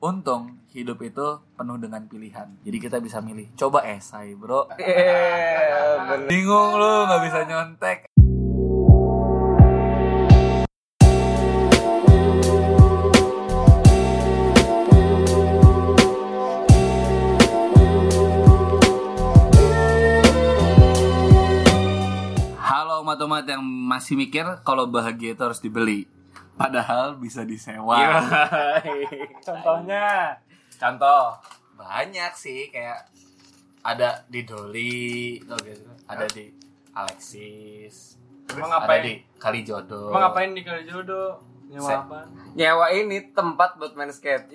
Untung hidup itu penuh dengan pilihan. Jadi kita bisa milih. Coba esai, bro. Bingung lu, nggak bisa nyontek. Halo umat-umat yang masih mikir kalau bahagia itu harus dibeli. Padahal bisa disewa. Contohnya, Banyak sih, kayak ada di Doli, ada di Alexis, emang ada ngapain? di Kalijodo. Emang ngapain di Kalijodo? Nyewa apa? Nyewa ini tempat buat main skate.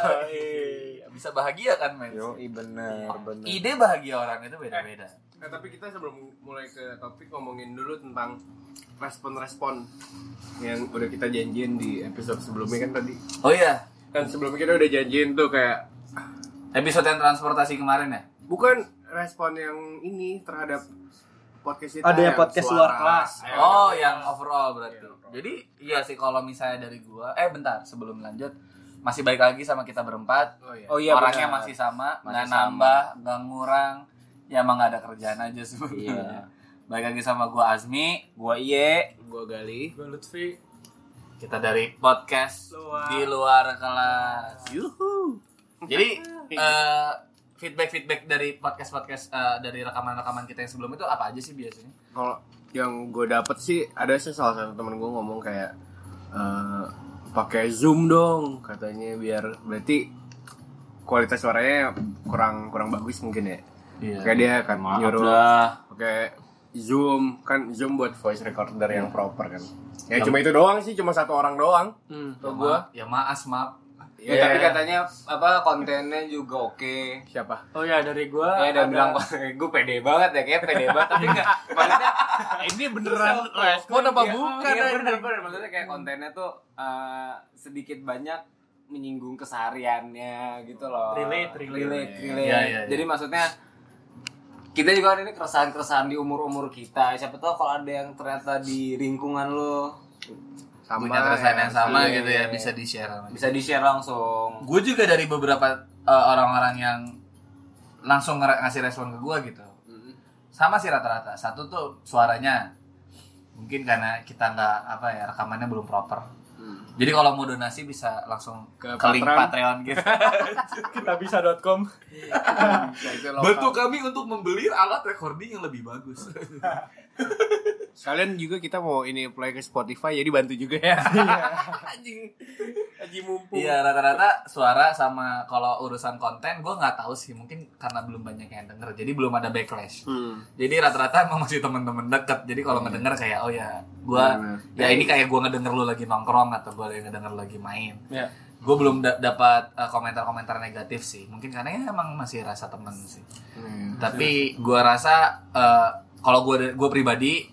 Bisa bahagia kan, men? Bener. Ide bahagia orang itu beda-beda. Nah, tapi kita sebelum mulai ke topik ngomongin dulu tentang respon-respon yang udah kita janjiin di episode sebelumnya kan tadi. Oh iya, Kan sebelumnya kita udah janjiin tuh kayak episode yang transportasi kemarin ya. bukan respon yang ini terhadap podcast kita. Ada yang podcast suara. luar kelas. Oh, yang overall berarti. Jadi iya sih kalau misalnya dari gua, bentar sebelum lanjut, masih baik lagi sama kita berempat. Oh iya. Oh iya, Orangnya benar. masih sama, Masih nggak sama. nambah, nggak ngurang. Ya emang nggak ada kerjaan aja sebenarnya. Iya. Baik lagi sama gua Azmi, Gua Iye. Gua Gali. Gue Lutfi. kita dari podcast Luar. di luar kelas. Yuhu. Jadi feedback dari podcast dari rekaman kita yang sebelum itu apa aja sih biasanya? Kalau yang gue dapet sih ada sih salah satu temen gue ngomong kayak pakai Zoom dong katanya, biar berarti kualitas suaranya kurang bagus mungkin ya. Iya. Kayak dia kan Maaf nyuruh dah. pakai Zoom, kan Zoom buat voice recorder yang proper kan. Ya cuma itu doang sih, cuma satu orang doang. Tuh gua. Maaf. Ya, tapi katanya apa kontennya juga oke. Siapa? Oh ya, dari gue. Ya udah bilang gue pede banget ya, kayak pede banget tapi enggak. Maksudnya Ini beneran respon apa bukan? Iya, bener. Maksudnya kayak kontennya tuh sedikit banyak menyinggung kesehariannya gitu loh. Relate. Iya. Jadi maksudnya kita juga ada ini keresahan-keresahan di umur-umur kita. Siapa tahu kalau ada yang ternyata di lingkungan lo Punya keresahan yang sama iya. gitu ya, bisa di-share. bisa di-share langsung. Gue juga dari beberapa orang-orang yang langsung ngasih respon ke gue gitu. Sama sih rata-rata. Satu tuh suaranya mungkin karena kita nggak rekamannya belum proper. Jadi kalau mau donasi bisa langsung ke link Patreon gitu. Kitabisa.com. Bantu kami untuk membeli alat recording yang lebih bagus. Sekalian juga kita mau ini play ke Spotify, jadi bantu juga ya. Haji mumpung. Iya, rata-rata suara sama kalau urusan konten gue nggak tahu sih, mungkin karena belum banyak yang denger, jadi belum ada backlash. Jadi rata-rata emang masih teman-teman dekat. Jadi kalau ngedenger kayak oh ya, gue ya ini kayak gue ngedenger lu lagi nongkrong atau gue lagi ngedenger lu lagi main. Ya. Gue belum dapat komentar-komentar negatif sih, mungkin karena ya emang masih rasa temen sih. Tapi gue rasa kalau gue pribadi,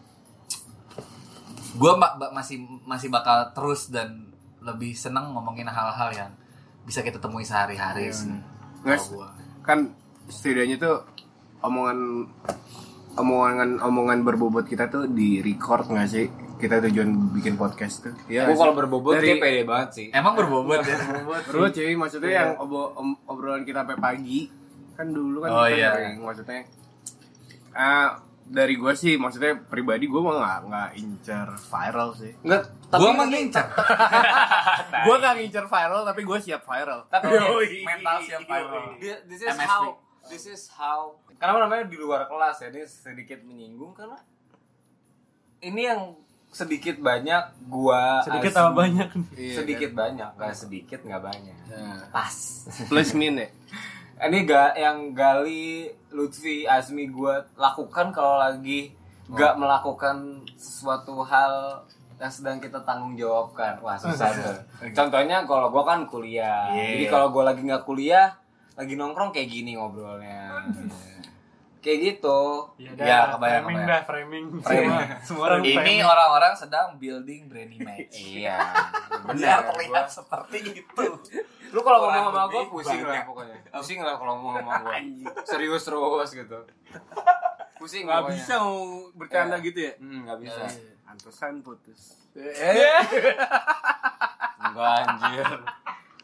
gue masih bakal terus dan lebih seneng ngomongin hal-hal yang bisa kita temui sehari-hari sih. Nggak, kan setidaknya tuh omongan berbobot kita tuh di record nggak sih? Kita tujuan bikin podcast tuh. Gue kalau berbobot kayak pede banget sih. Emang berbobot ya? Berbobot cuy, maksudnya yang obrolan kita sampai pagi kan dulu kan. Oh, kita iya. sering, maksudnya dari gue sih, maksudnya pribadi gue mah nggak incer viral sih. Enggak, Gue emang ngincer. Gue nggak ngincer viral, tapi gue siap viral. tapi Mental siap viral. This is how. Karena namanya di luar kelas ya, ini sedikit menyinggung karena ini yang sedikit banyak gua Sedikit Azmi. sama banyak. Sedikit banyak, nggak sedikit nggak banyak. Pas. Plus min ya. Ini yang Gali, Lutfi, Azmi gua lakukan kalau lagi nggak melakukan sesuatu hal yang sedang kita tanggung jawabkan. Wah susah tuh. Contohnya kalau gua kan kuliah, jadi kalau gua lagi nggak kuliah, lagi nongkrong kayak gini ngobrolnya. Kayak gitu. Ya, kebayang. Framing. Semua orang Ini framing. orang-orang sedang building brain image. Iya. Benar, Benar. terlihat seperti itu. Lu kalau Kurang ngomong sama lebih gue pusing lah banyak. pokoknya. Pusing lah kalau ngomong sama gue. Serius terus gitu. Pusing Nggak pokoknya. bisa mau bercanda gitu ya. Nggak bisa. Pantesan putus. Enggak anjir.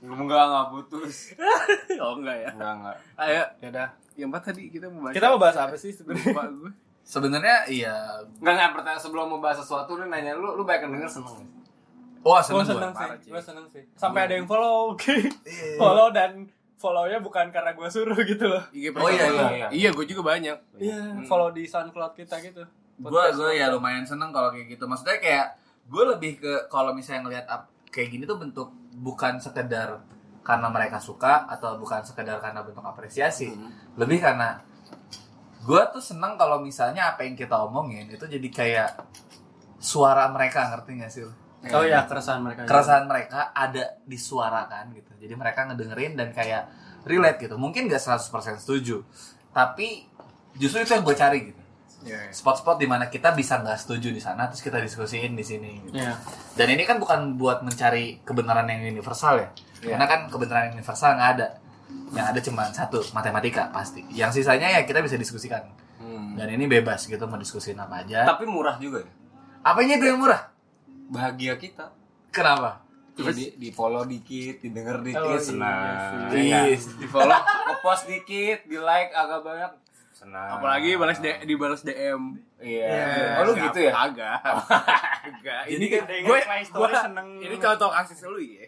Enggak putus. Oh enggak ya. Enggak. Ayo, Ya udah. yang empat tadi kita mau bahas. Kita mau bahas apa sih sebenarnya? Lupa gue. Sebenarnya iya. Enggak pertanyaan sebelum mau bahas sesuatu nih nanya lu banyak yang denger seneng gak? Wah, Gue seneng seneng gua. sih. Gue seneng sih. Sampai ada yang follow. Follow dan follow-nya bukan karena gue suruh gitu loh. IG Oh, iya, personal. iya. Iya, gue juga banyak. Iya, follow di SoundCloud kita gitu. Gue ya lumayan seneng kalau kayak gitu. Maksudnya kayak gue lebih ke kalau misalnya ngelihat kayak gini tuh bentuk bukan sekedar karena mereka suka atau bukan sekedar karena bentuk apresiasi. Lebih karena gue tuh seneng kalau misalnya apa yang kita omongin itu jadi kayak suara mereka, ngerti gak sih lo? Oh iya, keresahan mereka. Keresahan mereka ada disuarakan gitu. Jadi mereka ngedengerin dan kayak relate gitu. Mungkin gak 100% setuju, tapi justru itu yang gue cari gitu. Iya. Spot-spot di mana kita bisa nggak setuju di sana, terus kita diskusiin di sini. Gitu. Iya. Dan ini kan bukan buat mencari kebenaran yang universal ya, karena kan kebenaran yang universal nggak ada. Yang ada cuma satu, matematika pasti. Yang sisanya ya kita bisa diskusikan. Dan ini bebas gitu mau diskusiin apa aja. Tapi murah juga ya. Apanya itu yang murah? Bahagia kita. Kenapa? Ya, di follow dikit, didengar dikit, Oh, iya senang. sih. Ya kan? Yes. Di follow, nge-post dikit, di like agak banyak, senang. Apalagi dibalas DM. Iya. Oh lu gitu ya? Agak. Agak. Ini kan gue story seneng. ini contoh kasus lu ya.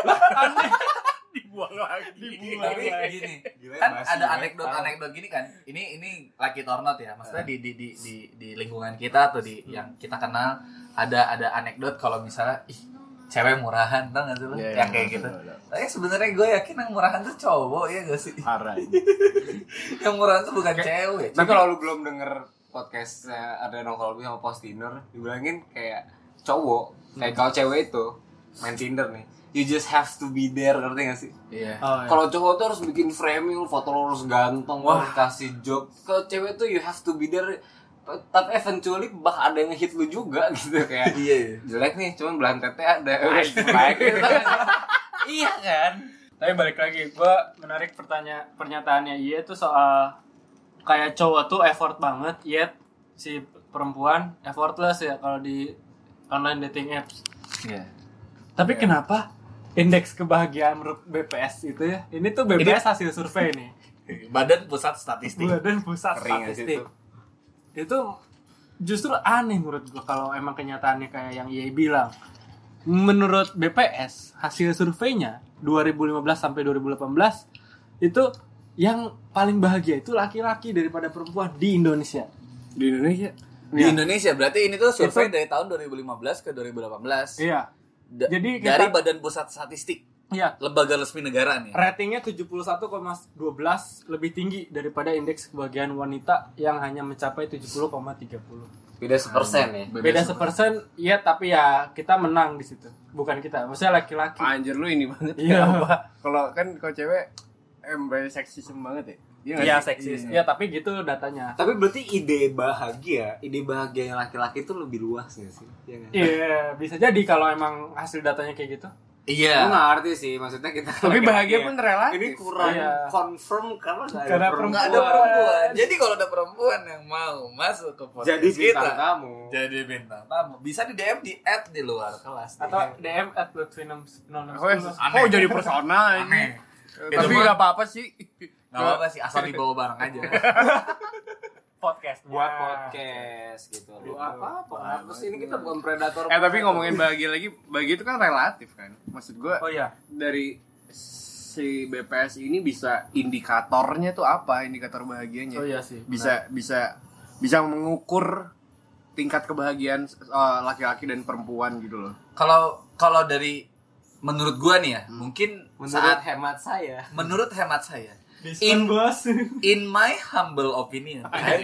Dibuang lagi. Tapi gini, Gila, kan basi ada banget. anekdot gini kan. Ini like it or not ya. Maksudnya di lingkungan kita atau di yang kita kenal ada anekdot kalau misalnya cewek murahan, tau gak sih lo? Iya, Yang kayak iya, gitu. iya. Tapi sebenarnya gue yakin yang murahan tuh cowok ya gak sih? Parah. Yang murahan tuh bukan cewek. Tapi kalau lu belum denger podcast ada nongkrong sama Postiner, dibilangin kayak cowok, kayak kalau cewek itu main Tinder nih, you just have to be there, ngerti gak sih? Iya. Oh, iya. Kalau cowok tuh harus bikin framing, foto lo harus ganteng, harus kasih job. Kalau cewek tuh you have to be there, tapi eventually ada yang hit lu juga gitu kayak. Iya. Jelek nih, cuman belahan tete ada. Baik gitu. Iya kan? Tapi balik lagi, gue menarik pernyataannya Iya tuh soal kayak cowok tuh effort banget, yet si perempuan effortless ya kalau di online dating apps. Iya. Tapi kenapa indeks kebahagiaan menurut BPS itu ya? Ini tuh BPS hasil survei nih. Badan Pusat Statistik. Badan Pusat Kering aja Statistik. itu. Itu justru aneh menurut gue kalau emang kenyataannya kayak yang Iya bilang. Menurut BPS hasil surveinya 2015 sampai 2018 itu yang paling bahagia itu laki-laki daripada perempuan di Indonesia. Di Indonesia. Di Indonesia berarti ini tuh survei dari tahun 2015 ke 2018. Iya. Jadi Dari kita, Badan Pusat Statistik, iya, lembaga resmi negara nih. ratingnya 71,12 lebih tinggi daripada indeks kebahagiaan wanita yang hanya mencapai 70,30. Beda 1% ya. Beda 1%, iya, tapi ya kita menang di situ. Bukan kita, maksudnya laki-laki. Anjir lu ini banget. Iya. Apa? Kalau cewek embrace seksisme banget ya. Iya, nggak sih? seksis. Iya, tapi gitu datanya. Tapi berarti ide bahagianya laki-laki itu lebih luas gak sih? Iya kan? Iya, bisa jadi kalau emang hasil datanya kayak gitu. Gue Iya. gak ngerti sih, maksudnya kita Tapi bahagia laki-laki pun ya. relatif. Ini kurang Iya. confirm karena gak Karena ada Nggak ada perempuan. Jadi kalau ada perempuan yang mau masuk ke podcast Jadi bintang kita, tamu. jadi bintang tamu, bisa di DM di @ di luar kelas. Atau DM @lutfi610. Oh jadi personal ini. Aneh. Tapi Itu mah- nggak apa-apa sih. Nggak apa-apa sih, asal dibawa bareng aja. Podcast Buat podcast gitu. Apa? Terus ini kita bukan predator. Tapi ngomongin bahagia lagi, bahagia itu kan relatif kan. Maksud gue Oh iya. dari si BPS ini bisa indikatornya tuh apa? Indikator bahagianya. Oh iya sih. Bisa mengukur tingkat kebahagiaan laki-laki dan perempuan gitu loh. Kalau dari menurut gua nih ya, mungkin Menurut hemat saya. menurut hemat saya, In bos. in my humble opinion.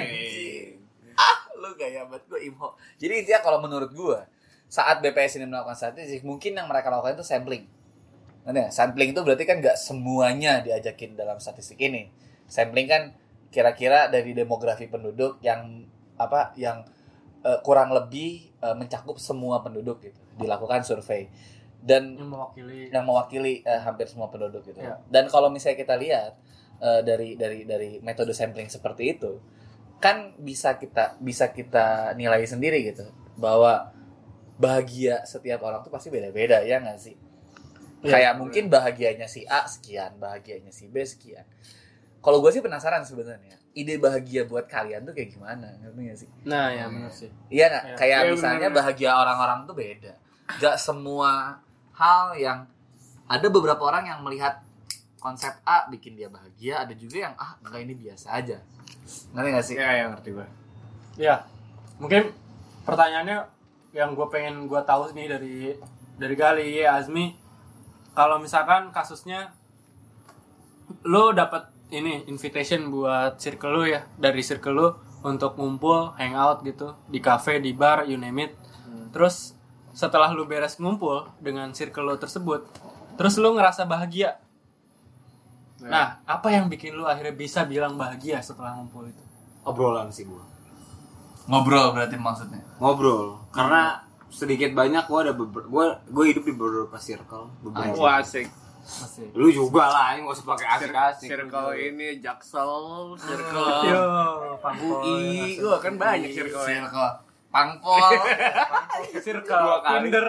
Lu gaya banget gua imho. Jadi intinya kalau menurut gua, saat BPS ini melakukan statistik, mungkin yang mereka lakukan itu sampling. Nah, sampling itu berarti kan nggak semuanya diajakin dalam statistik ini. Sampling kan kira-kira dari demografi penduduk yang kurang lebih mencakup semua penduduk gitu. Dilakukan survei dan yang mewakili hampir semua penduduk gitu. Ya. Dan kalau misalnya kita lihat dari metode sampling seperti itu, kan bisa kita nilai sendiri gitu bahwa bahagia setiap orang tuh pasti beda-beda, ya nggak sih? Kayak mungkin bahagianya si A sekian, bahagianya si B sekian. Kalau gue sih penasaran sebenarnya, ide bahagia buat kalian tuh kayak gimana? Ngerti gak sih? Nah, ya benar sih. Iya nggak? Ya. Kayak Ya, misalnya bener. bahagia orang-orang tuh beda. Gak semua hal yang ada beberapa orang yang melihat konsep A bikin dia bahagia, ada juga yang enggak ini biasa aja. Ngerti gak sih? Ya, ngerti gue. Ya, mungkin pertanyaannya yang gue pengen gue tahu nih dari Gali, Azmi, kalau misalkan kasusnya lo dapat ini invitation buat circle lo ya, dari circle lo untuk ngumpul, hangout gitu di cafe, di bar, you name it. Terus setelah lo beres ngumpul dengan circle lo tersebut, terus lo ngerasa bahagia. Nah, apa yang bikin lo akhirnya bisa bilang bahagia setelah ngumpul itu? Obrolan sih gua. Ngobrol berarti maksudnya. Ngobrol. Karena sedikit banyak gua hidup di beberapa circle. Beberapa. Wah, asik. Masih. Lu juga lah, yang gak usah pakai asik-asik. Circle ini Jaksel, circle Yo, Pangkol. UI, wah kan banyak circle ya. Circle Pangpol. Circle Dua kali. Tinder.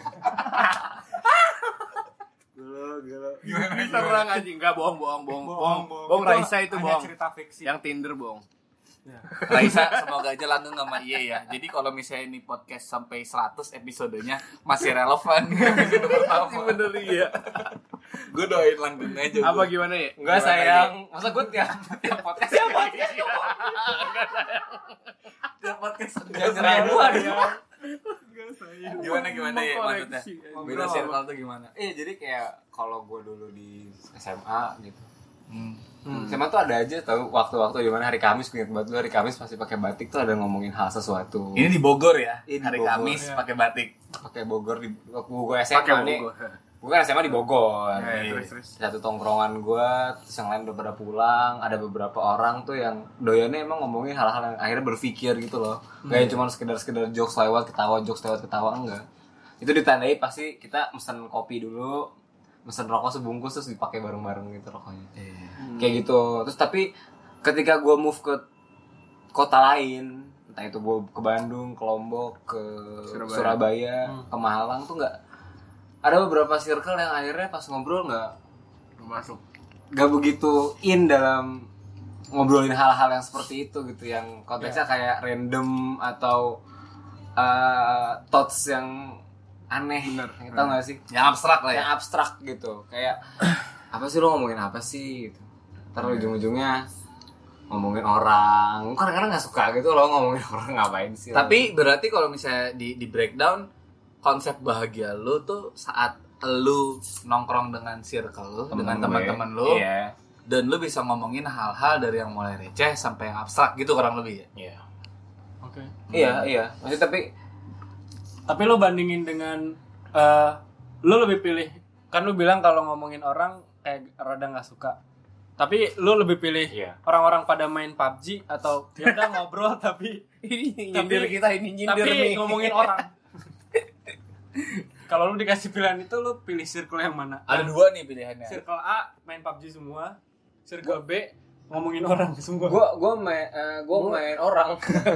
Diserang anjing, enggak bohong Raisa itu Hanya bohong. cerita fiksi. Yang Tinder bohong. Raisa semoga aja langgeng sama Iye ya. Jadi kalau misalnya ini podcast sampai 100 episodenya masih relevan episode pertama. Bener iya. Gue doain langgeng aja. Apa gimana ya? Enggak Gimana sayang, masa gue tiap podcast siapa? Tiap podcast Ribuan ya. gimana ya maksudnya? Beda circle tuh gimana? Jadi kayak kalau gue dulu di SMA gitu. Hmm. SMA tuh ada aja tahu waktu-waktu dimana hari Kamis, gue ingat banget dulu hari Kamis pasti pakai batik tuh ada ngomongin hal sesuatu. Ini di Bogor ya. Ini di Hari Bogor, Kamis ya. pakai batik. Pakai Bogor di waktu gue SMA Pakai nih. Bogor. Gue kan SMA di Bogor. Ya, terus. Satu tongkrongan gue, terus yang lain udah pada pulang. Ada beberapa orang tuh yang doyannya emang ngomongin hal-hal yang akhirnya berpikir gitu loh. Gak yang cuma sekedar jokes lewat ketawa enggak. Itu ditandai pasti kita mesen kopi dulu, mesen rokok sebungkus terus dipakai bareng-bareng gitu rokoknya. Kayak gitu. Terus tapi ketika gue move ke kota lain, entah itu gue ke Bandung, ke Lombok, ke Surabaya, ke Malang tuh nggak ada beberapa circle yang akhirnya pas ngobrol nggak begitu in dalam ngobrolin hal-hal yang seperti itu gitu, yang konteksnya kayak random atau thoughts yang aneh. Tau nggak sih? Yang abstrak lah ya. Yang abstrak gitu, kayak apa sih lo ngomongin apa sih gitu. Ntar ujung-ujungnya ngomongin orang, kadang-kadang nggak suka gitu lo ngomongin orang, ngapain sih. Tapi berarti kalau misalnya di breakdown konsep bahagia lu tuh saat lu nongkrong dengan circle lu, dengan teman-teman lu, iya. dan lu bisa ngomongin hal-hal dari yang mulai receh sampai yang abstrak gitu kurang lebih ya. Iya. Oke. Iya. Maksudnya Tapi lo bandingin dengan lo lebih pilih, kan lo bilang kalau ngomongin orang kayak rada nggak suka. Tapi lo lebih pilih orang-orang pada main PUBG atau ya udah ngobrol tapi nyindir kita ini nyindir tapi nih. ngomongin orang. Kalau lo dikasih pilihan itu lo pilih circle yang mana? Ada dua nih pilihannya. Circle A main PUBG semua, circle B ngomongin orang semua. gue main orang.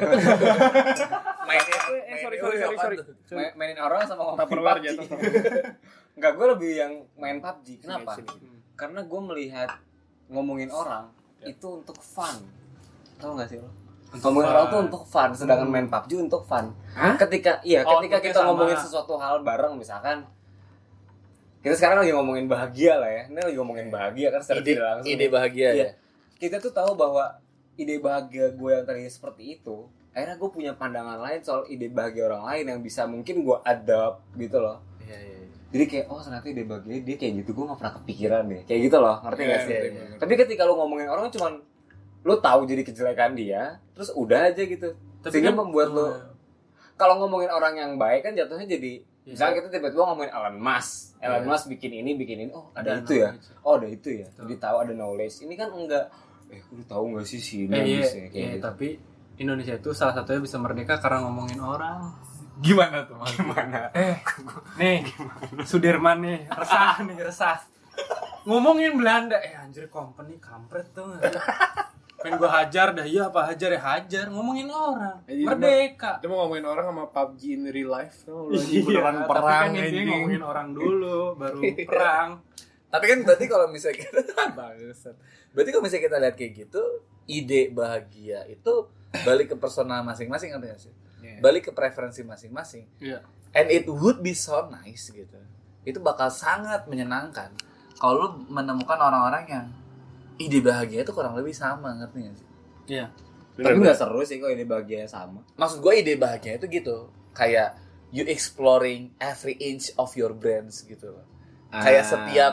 Mainin orang sama ngomongin Tupperware PUBG. jatuh. Enggak, gue lebih yang main PUBG. Kenapa? Karena gue melihat ngomongin orang itu untuk fun. Tahu nggak sih lo? Ngomongin orang tuh untuk fun, sedangkan main PUBG untuk fun. Ketika untuknya kita sama. ngomongin sesuatu hal bareng, misalkan kita sekarang lagi ngomongin bahagia lah ya. Ini lagi ngomongin bahagia kan secara tidak langsung. Ide bahagia Iya. ya. Kita tuh tahu bahwa ide bahagia gue yang tadinya seperti itu, akhirnya gue punya pandangan lain soal ide bahagia orang lain yang bisa mungkin gue adapt gitu loh. Iya. Jadi kayak ternyata ide bahagia dia kayak gitu, gue gak pernah kepikiran deh kayak gitu loh, ngerti gak sih? Iya. Tapi ketika lu ngomongin orang cuman lu tahu jadi kejelekan dia, terus udah aja gitu. Sehingga kan, membuat lu kalau ngomongin orang yang baik kan jatuhnya jadi misalnya kita tiba-tiba ngomongin Elon Musk bikin ini, ada itu ya. Ada itu ya. Jadi tahu ada knowledge. Ini kan enggak lu tahu enggak sih sini bisa kayak gitu. Tapi Indonesia itu salah satunya bisa merdeka karena ngomongin orang. Gimana tuh maksudnya? Nih, Sudirman nih, resah. Ngomongin Belanda, anjir company kampret tuh. pengen gue hajar dah. Iya apa hajar ya hajar, ngomongin orang. Iya, Merdeka. Kita mau ngomongin orang sama PUBG in real life. Oh, lagi Iya, beneran tapi perang kan intinya anjing. ngomongin orang dulu, baru perang. Tapi kan berarti kalau misalnya kita bangsat. Berarti kalau misalnya kita lihat kayak gitu, ide bahagia itu balik ke personal masing-masing, ngerti nggak sih? Iya. Balik ke preferensi masing-masing. Iya. And it would be so nice gitu. Itu bakal sangat menyenangkan kalau lu menemukan orang-orang yang ide bahagia itu kurang lebih sama, ngerti gak sih? Iya. Tapi nggak seru sih kok ini bahagia sama. Maksud gue ide bahagia itu gitu, kayak you exploring every inch of your brains gitu. Kayak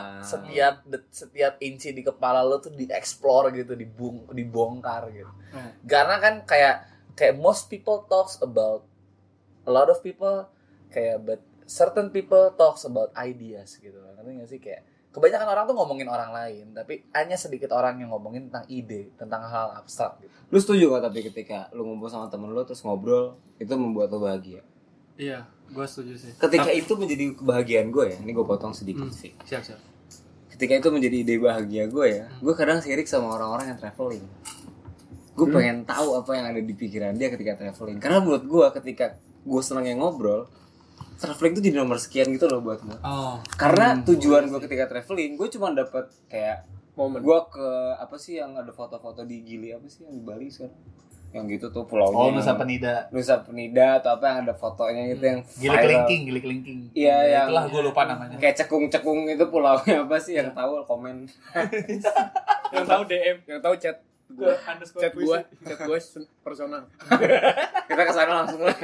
setiap inci di kepala lo tuh dieksplor gitu, dibongkar gitu. Karena kan kayak most people talks about, a lot of people kayak, but certain people talks about ideas gitu. Ngerti gak sih? Kayak kebanyakan orang tuh ngomongin orang lain, tapi hanya sedikit orang yang ngomongin tentang ide, tentang hal abstrak gitu. Lu setuju gak tapi ketika lu ngumpul sama temen lu terus ngobrol itu membuat lu bahagia? Iya, gue setuju sih. Ketika itu menjadi kebahagiaan gue ya, ini gue potong sedikit sih. Siap. Ketika itu menjadi ide bahagia gue ya, gue kadang sirik sama orang-orang yang traveling. Gue pengen tahu apa yang ada di pikiran dia ketika traveling. Karena menurut gue ketika gue senang yang ngobrol, traveling itu jadi nomor sekian gitu loh buat gue. Oh. Karena tujuan gue ketika traveling, gue cuma dapat kayak Momen. gue ke apa sih yang ada foto-foto di Gili apa sih yang di Bali sekarang? Yang gitu tuh pulaunya. Oh, Nusa Penida. Nusa Penida atau apa yang ada fotonya gitu yang Gili viral. kelingking. Iya, yang itulah gue lupa namanya. Kayak cekung-cekung itu pulaunya apa sih yang tahu komen. Yang tahu DM. Yang tahu chat gua, Underscore chat puisi. gua personal. Kita kesana langsung lah.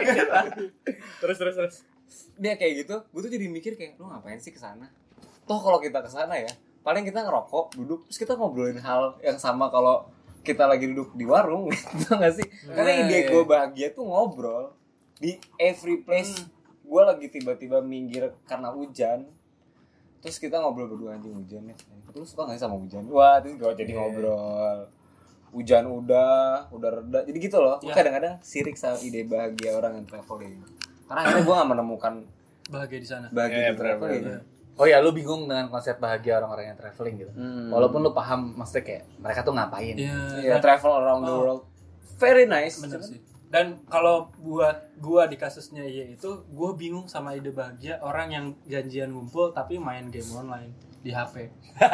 Terus. Dia kayak gitu, gue tuh jadi mikir kayak lu ngapain sih kesana? Toh kalau kita kesana ya, paling kita ngerokok, duduk, terus kita ngobrolin hal yang sama kalau kita lagi duduk di warung, gitu nggak sih? Karena ide gue bahagia tuh ngobrol di every place. Gue lagi tiba-tiba minggir karena hujan, terus kita ngobrol berdua anjing hujan ya. Terus suka nggak sih sama hujan? Wah, terus gue jadi ngobrol. Hujan udah reda, jadi gitu loh. Gue kadang-kadang sirik sama ide bahagia orang yang traveling. Karena akhirnya gue gak menemukan Bahagia di sana. bahagia di traveling. Oh ya, lu bingung dengan konsep bahagia orang-orang yang traveling gitu. Walaupun lu paham maksudnya kayak mereka tuh ngapain. Iya, travel around the world. Very nice. Bener sih. Dan kalau buat gua di kasusnya itu, gua bingung sama ide bahagia orang yang janjian ngumpul tapi main game online di HP.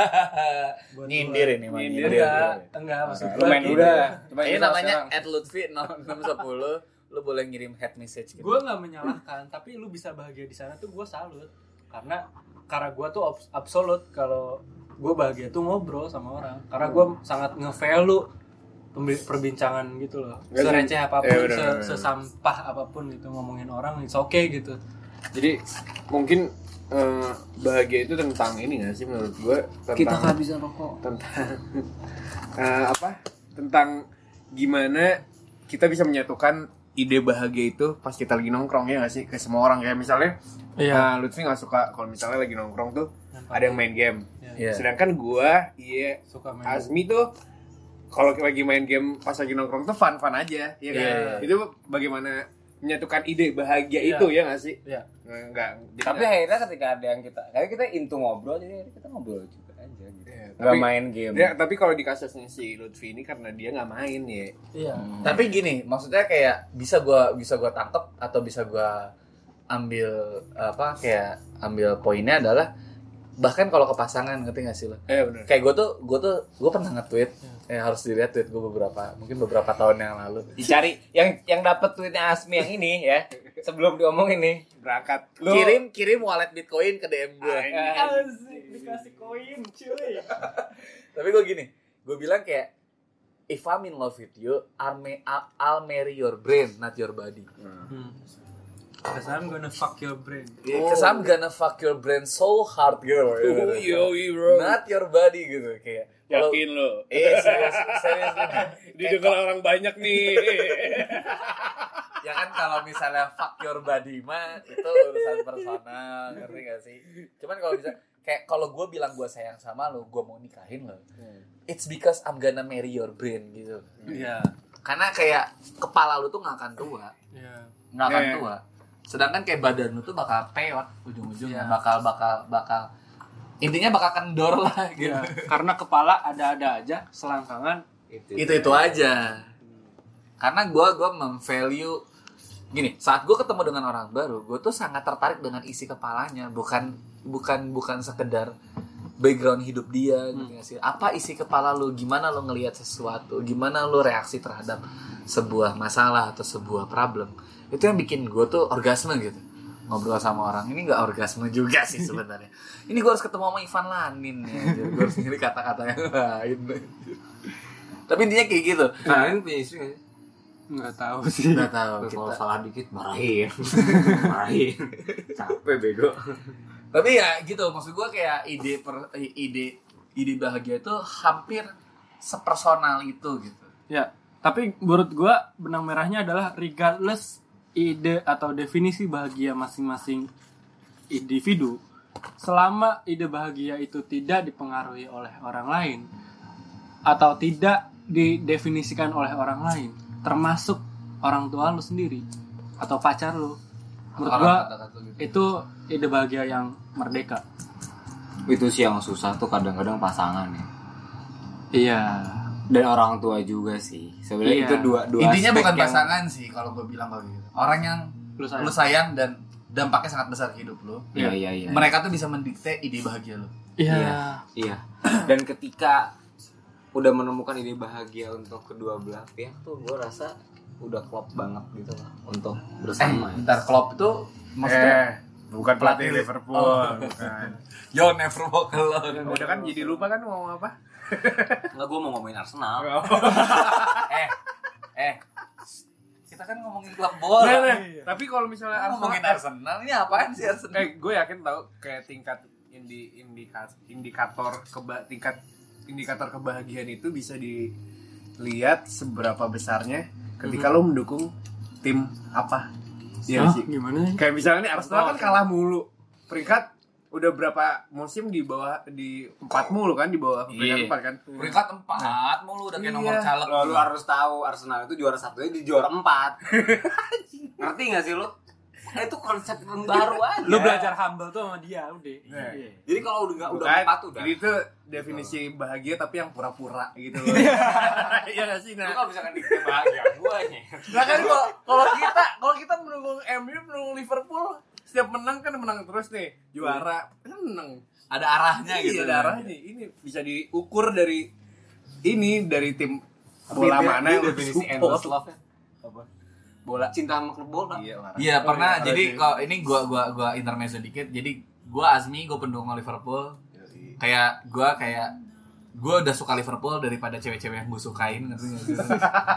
Nyindir ini, mah. Enggak, maksud Lu main udah. Ini namanya @lutfi610. Lu boleh ngirim head message gitu. Gue nggak menyalahkan, tapi lu bisa bahagia di sana tuh gue salut. Karena gue tuh absolut kalau gue bahagia tuh ngobrol sama orang. Karena gue sangat nge-value perbincangan gitu loh. Sereceh apapun, sesampah apapun gitu ngomongin orang, it's okay gitu. Jadi mungkin bahagia itu tentang ini nggak sih menurut gue? Kita kehabisan rokok. Tentang tentang gimana kita bisa menyatukan ide bahagia itu pas kita lagi nongkrong, ya nggak sih, ke semua orang. Kayak misalnya Lutfi nggak suka kalau misalnya lagi nongkrong tuh ada yang main game. Sedangkan gue suka main Azmi tuh kalau lagi main game pas lagi nongkrong tuh fun aja, ya kan? Itu bagaimana menyatukan ide bahagia itu, ya nggak sih? Enggak. Tapi akhirnya ketika ada yang kita into ngobrol, jadi kita ngobrol juga aja gitu. Nggak Tapi- main game. Ya, tapi kalau di kasusnya si Lutfi ini karena dia nggak main ya. Iya. Tapi gini, maksudnya kayak bisa gua tangkep atau bisa gua ambil ambil poinnya adalah bahkan kalau ke pasangan, ngerti nggak sih lo? Benar. Kayak gue pernah nge-tweet, harus dilihat tweet gue beberapa tahun yang lalu. Dicari yang dapat tweetnya Asmi yang ini ya. Sebelum diomongin nih, Berangkat. Kirim wallet Bitcoin ke DM gue. Asik, dikasih koin, cuy. Tapi gue gini, gue bilang kayak, if I'm in love with you, I'll marry your brain, not your body. Cause I'm gonna fuck your brain. Cause I'm gonna fuck your brain so hard, girl. Bro. Not your body gitu kayak. Yakin lo? Serius Didengar orang banyak nih. Ya kan kalau misalnya fuck your body mah itu urusan personal, ngerti gak sih? Cuman kalau bisa kayak kalau gue bilang gue sayang sama lo, gue mau nikahin lo, it's because I'm gonna marry your brain gitu. Iya. Karena kayak kepala lo tuh nggak akan tua, Iya. nggak akan tua. Sedangkan kayak badan lo tuh bakal peot ujung-ujungnya, bakal intinya bakal kendor lah gitu. Iya. Karena kepala ada-ada aja, selangkangan itu aja. Karena gue memvalue gini, saat gue ketemu dengan orang baru, gue tuh sangat tertarik dengan isi kepalanya, bukan sekedar background hidup dia gitu gak sih. Apa isi kepala lu, gimana lu ngelihat sesuatu, gimana lu reaksi terhadap sebuah masalah atau sebuah problem. Itu yang bikin gue tuh orgasme gitu. Ngobrol sama orang ini nggak orgasme juga sih sebenarnya. Ini gue harus ketemu sama Ivan Lanin ya. Gue harus nyari kata-kata yang lain. Tapi intinya kayak gitu. Kalian punya istri nggak sih? Nggak tahu sih. Nggak tahu. Kalau Kita. salah dikit marahin. Capek bego. Tapi ya gitu. Maksud gue kayak ide bahagia itu hampir sepersonal itu gitu. Ya, tapi menurut gua benang merahnya adalah regardless ide atau definisi bahagia masing-masing individu, selama ide bahagia itu tidak dipengaruhi oleh orang lain atau tidak didefinisikan oleh orang lain, termasuk orang tua lu sendiri atau pacar lu, menurut gua itu ide bahagia yang merdeka. Itu sih yang susah tuh kadang-kadang pasangan ya. Iya. Dan orang tua juga sih. Sebenarnya Iya. itu dua Intinya aspek bukan yang- pasangan sih kalau gue bilang kalau gitu. Orang yang Lu lu sayang dan dampaknya sangat besar ke hidup lu. Iya. Mereka tuh bisa mendikte ide bahagia lu. Iya. Iya. Dan ketika udah menemukan ide bahagia untuk kedua belah pihak tuh gue rasa udah klop banget gitu lah untuk bersama. Bentar, Klopp itu maksudnya Bukan pelatih Liverpool, bukan. you never walk alone. Udah kan jadi lupa kan mau ngomong apa? Enggak, gue mau ngomongin Arsenal. Kita kan ngomongin klub bola. Nah, tapi kalau misalnya Ngomongin Arsenal, ini apaan sih Arsenal? gue yakin tahu kayak tingkat tingkat indikator kebahagiaan itu bisa dilihat seberapa besarnya ketika lo mendukung tim apa. Iya Hah? sih. Gimana? Kayak misalnya nih Arsenal kan kalah mulu. Peringkat udah berapa musim di bawah di 4 mulu kan, di bawah peringkat 4 kan. Peringkat 4 mulu udah kayak nomor Iya. caleg. Lu harus tahu Arsenal itu juara satunya di juara 4. Ngerti gak sih lu? Itu konsep yang baru aja. Lu belajar humble tuh sama dia udah. Nah. Iya. Jadi kalau udah Bukan, 4 udah. Jadi itu definisi bahagia tapi yang pura-pura gitu loh. Iya gak sih? Lu Nah, gak bisa kan dikit bahagia guanya. nah kan kalau kita mendukung MU, mendukung Liverpool, setiap menang kan menang terus nih, juara seneng. Ada arahnya Iya, gitu. ada arahnya. Ini bisa diukur dari tim bola mana yang lu definisi support. endless love ya? Bola. Cinta sama klub bola. Iya, parah. Iya, pernah. parah Jadi sih. kalau ini gua intermezzo dikit. Jadi gua Azmi, gua pendukung Liverpool. Kayak gua udah suka Liverpool daripada cewek-cewek yang gue sukain, ngerti nggak sih?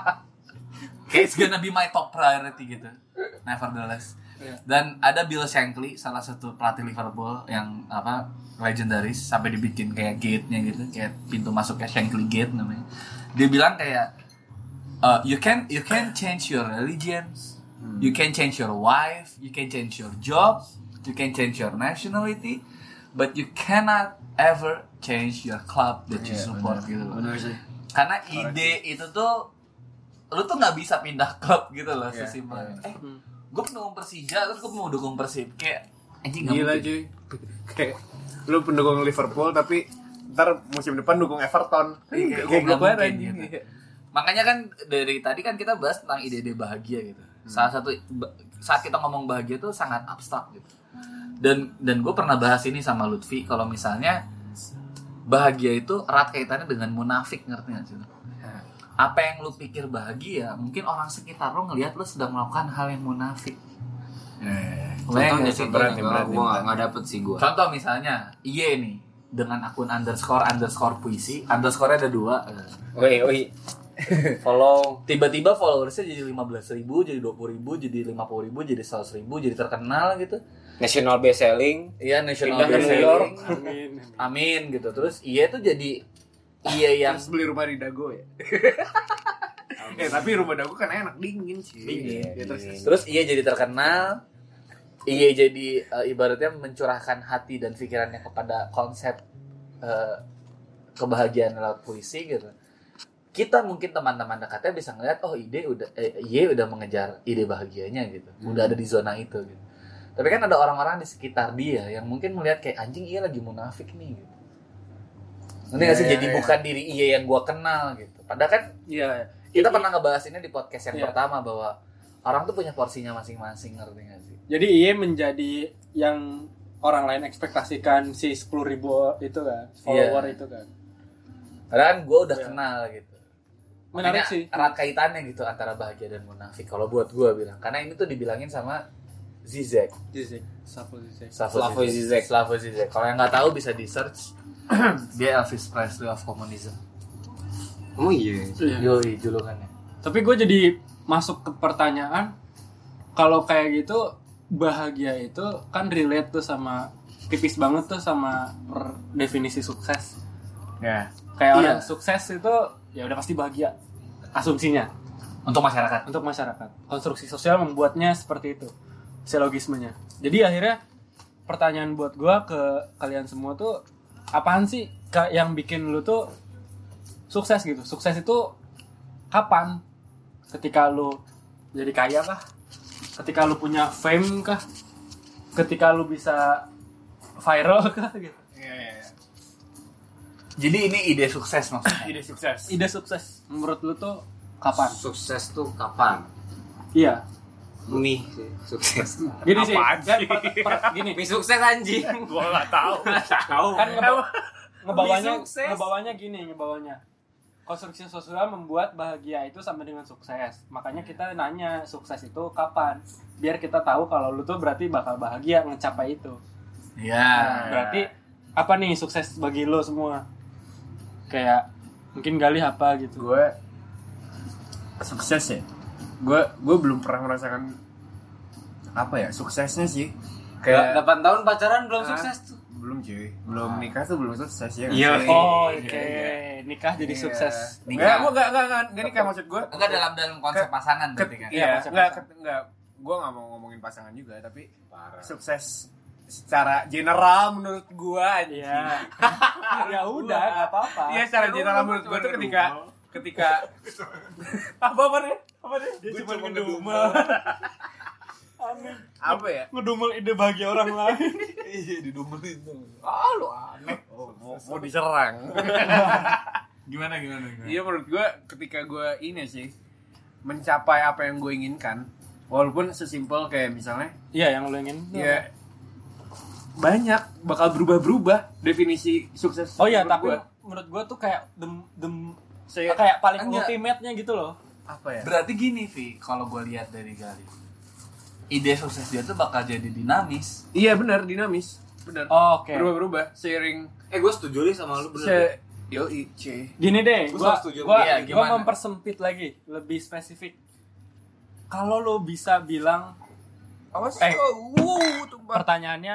Kayak it's gonna be my top priority gitu. Nevertheless. Dan ada Bill Shankly, salah satu pelatih Liverpool yang legendaris, sampai dibikin kayak gate-nya gitu, kayak pintu masuknya Shankly Gate namanya. Dia bilang kayak you can change your religion, you can change your wife, you can change your job, you can change your nationality, but you cannot ever change your club that you support gitu loh. Benar sih. Karena ide itu tuh lu tuh nggak bisa pindah klub gitu loh, sesimpel. Gue pendukung Persija terus gue mau dukung Persib, kayak anjing nggak Gila mungkin. cuy. Kayak lu pendukung Liverpool tapi ntar musim depan dukung Everton. Kayak Goblok nggak banget mungkin anjing. gitu. Makanya kan dari tadi kan kita bahas tentang ide-ide bahagia gitu. Salah satu saat kita ngomong bahagia tuh sangat abstrak gitu. Dan gue pernah bahas ini sama Lutfi, kalau misalnya bahagia itu erat kaitannya dengan munafik, ngerti nggak sih? Apa yang lu pikir bahagia, mungkin orang sekitar lu ngelihat lu sedang melakukan hal yang munafik. Contohnya sih berat, gue berat. nggak dapet sih gue. Contoh misalnya, iya nih dengan akun _ puisi, underscore-nya ada 2. Woi. Follow. Tiba-tiba followersnya jadi 15.000, jadi 20.000, jadi 50.000, jadi 100.000, jadi terkenal gitu. National best selling. Iya, national Pindah ke best New York. selling. Amin gitu. Terus iya itu jadi yang Terus beli rumah di Dago ya. Tapi rumah Dago kan enak, dingin sih. Dingin. Ya, terus iya jadi terkenal. Iya jadi ibaratnya mencurahkan hati dan pikirannya kepada konsep kebahagiaan lewat puisi gitu. Kita mungkin teman-teman dekatnya bisa ngeliat, oh Iya udah mengejar ide bahagianya gitu, udah ada di zona itu gitu. Tapi kan ada orang-orang di sekitar dia yang mungkin melihat kayak anjing iya lagi munafik nih gitu. Nanti nggak sih jadi bukan diri Iye yang gue kenal gitu. Padahal kan kita pernah ngebahas ini di podcast yang pertama bahwa orang tuh punya porsinya masing-masing, ngerti nggak sih? Jadi Iye menjadi yang orang lain ekspektasikan si 10.000 itu kan, follower itu kan. Padahal kan gue udah kenal gitu. Menarik makanya sih. Erat kaitannya gitu antara bahagia dan munafik. Kalau buat gue bilang, karena ini tuh dibilangin sama Zizek. Slavoj Zizek. Kalau yang nggak tahu bisa di search. Dia Elvis Presley of Communism. Oh iya. Yoi julukannya. Tapi gue jadi masuk ke pertanyaan, kalau kayak gitu bahagia itu kan relate tuh sama tipis banget tuh sama definisi sukses. Ya. Kayak orang sukses itu ya udah pasti bahagia. Asumsinya Untuk masyarakat. Konstruksi sosial membuatnya seperti itu. Silogismenya. Jadi akhirnya pertanyaan buat gue ke kalian semua tuh, apaan sih yang bikin lu tuh sukses gitu? Sukses itu kapan? Ketika lu jadi kaya kah? Ketika lu punya fame kah? Ketika lu bisa viral kah gitu? Iya. Jadi ini ide sukses maksudnya. Ide sukses menurut lu tuh kapan? Sukses tuh kapan? Iya. Mie sih, sukses. Gini sih. Apaan sih? Gini. Mie sukses anjing. Gua nggak tahu. Kan ngebawanya gini. Konstruksi sosial membuat bahagia itu sama dengan sukses. Makanya kita nanya sukses itu kapan? Biar kita tahu kalau lu tuh berarti bakal bahagia ngecapai itu. Iya. Nah, berarti apa nih sukses bagi lu semua? Kayak mungkin Galih apa gitu. Gue sukses ya. Gue belum pernah merasakan apa ya suksesnya sih. Kayak 8 tahun pacaran belum sukses tuh. Belum cuy. Belum nikah tuh belum sukses ya. Iya. Oh, oke. Nikah jadi sukses. Nikah. Enggak nikah maksud gue. Enggak dalam konsep pasangan berarti kan. Iya, Enggak. Gue nggak mau ngomongin pasangan juga, tapi sukses secara general menurut gue aja. Iya. Ya udah, enggak apa-apa. Iya, secara general menurut gue tuh ketika apa deh? Dia cuma ngedumel. Apa ya? Ngedumel ide bahagia orang lain. Iya, didumelin tuh. Lu aneh. Mau diserang. Gimana? Iya, menurut gue ketika gue ini sih mencapai apa yang gue inginkan, walaupun sesimpel kayak misalnya Iya, yang lu ingin. ya banyak bakal berubah definisi sukses. Oh iya, menurut tapi gua. menurut gua tuh kayak kayak paling Enggak. ultimate-nya gitu loh. Apa ya? Berarti gini, Vi, kalau gue lihat dari Gali. Ide sukses dia tuh bakal jadi dinamis. Iya benar, dinamis. Benar. Oh, oke. Berubah-berubah seiring Gue setuju nih sama lu bener. Yoi, C. Gini deh, Gua gua setuju. Iya, gua gimana? mempersempit lagi, lebih spesifik. Kalau lo bisa bilang Awas. pertanyaannya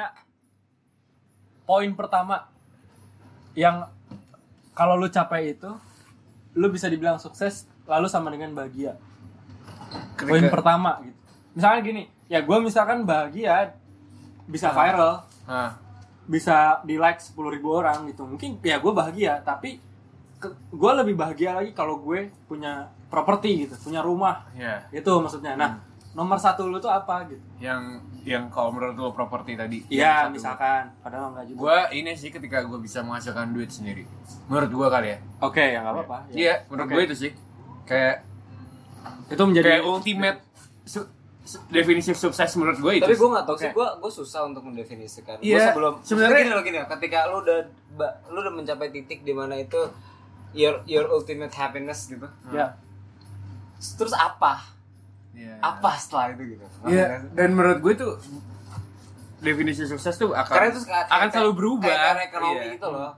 poin pertama yang kalau lu capai itu lu bisa dibilang sukses lalu sama dengan bahagia. Poin pertama gitu. Misalnya gini, ya gue misalkan bahagia bisa viral, bisa di like 10.000 orang gitu. Mungkin ya gue bahagia, tapi gue lebih bahagia lagi kalau gue punya properti gitu, punya rumah. Iya. Itu maksudnya. Nah, nomor satu lu tuh apa gitu? Yang kalau menurut lo properti tadi. Iya, misalkan. Padahal enggak juga. Gue ini sih ketika gue bisa menghasilkan duit sendiri. Menurut gue kali ya. Oke, ya enggak apa-apa. Ya. Iya, menurut gue itu sih. Kayak Itu menjadi ultimate definisi sukses menurut gue itu. Tapi gue nggak tahu sih, gue susah untuk mendefinisikan. Iya, Gue sebenarnya gini ya, ketika lu udah mencapai titik di mana itu your ultimate happiness gitu. ya. Terus apa? Iya. Apa setelah itu gitu? Iya, dan menurut gue tuh definisi sukses tuh Karena itu akan selalu berubah. Kayak ekonomi Iya. gitu loh.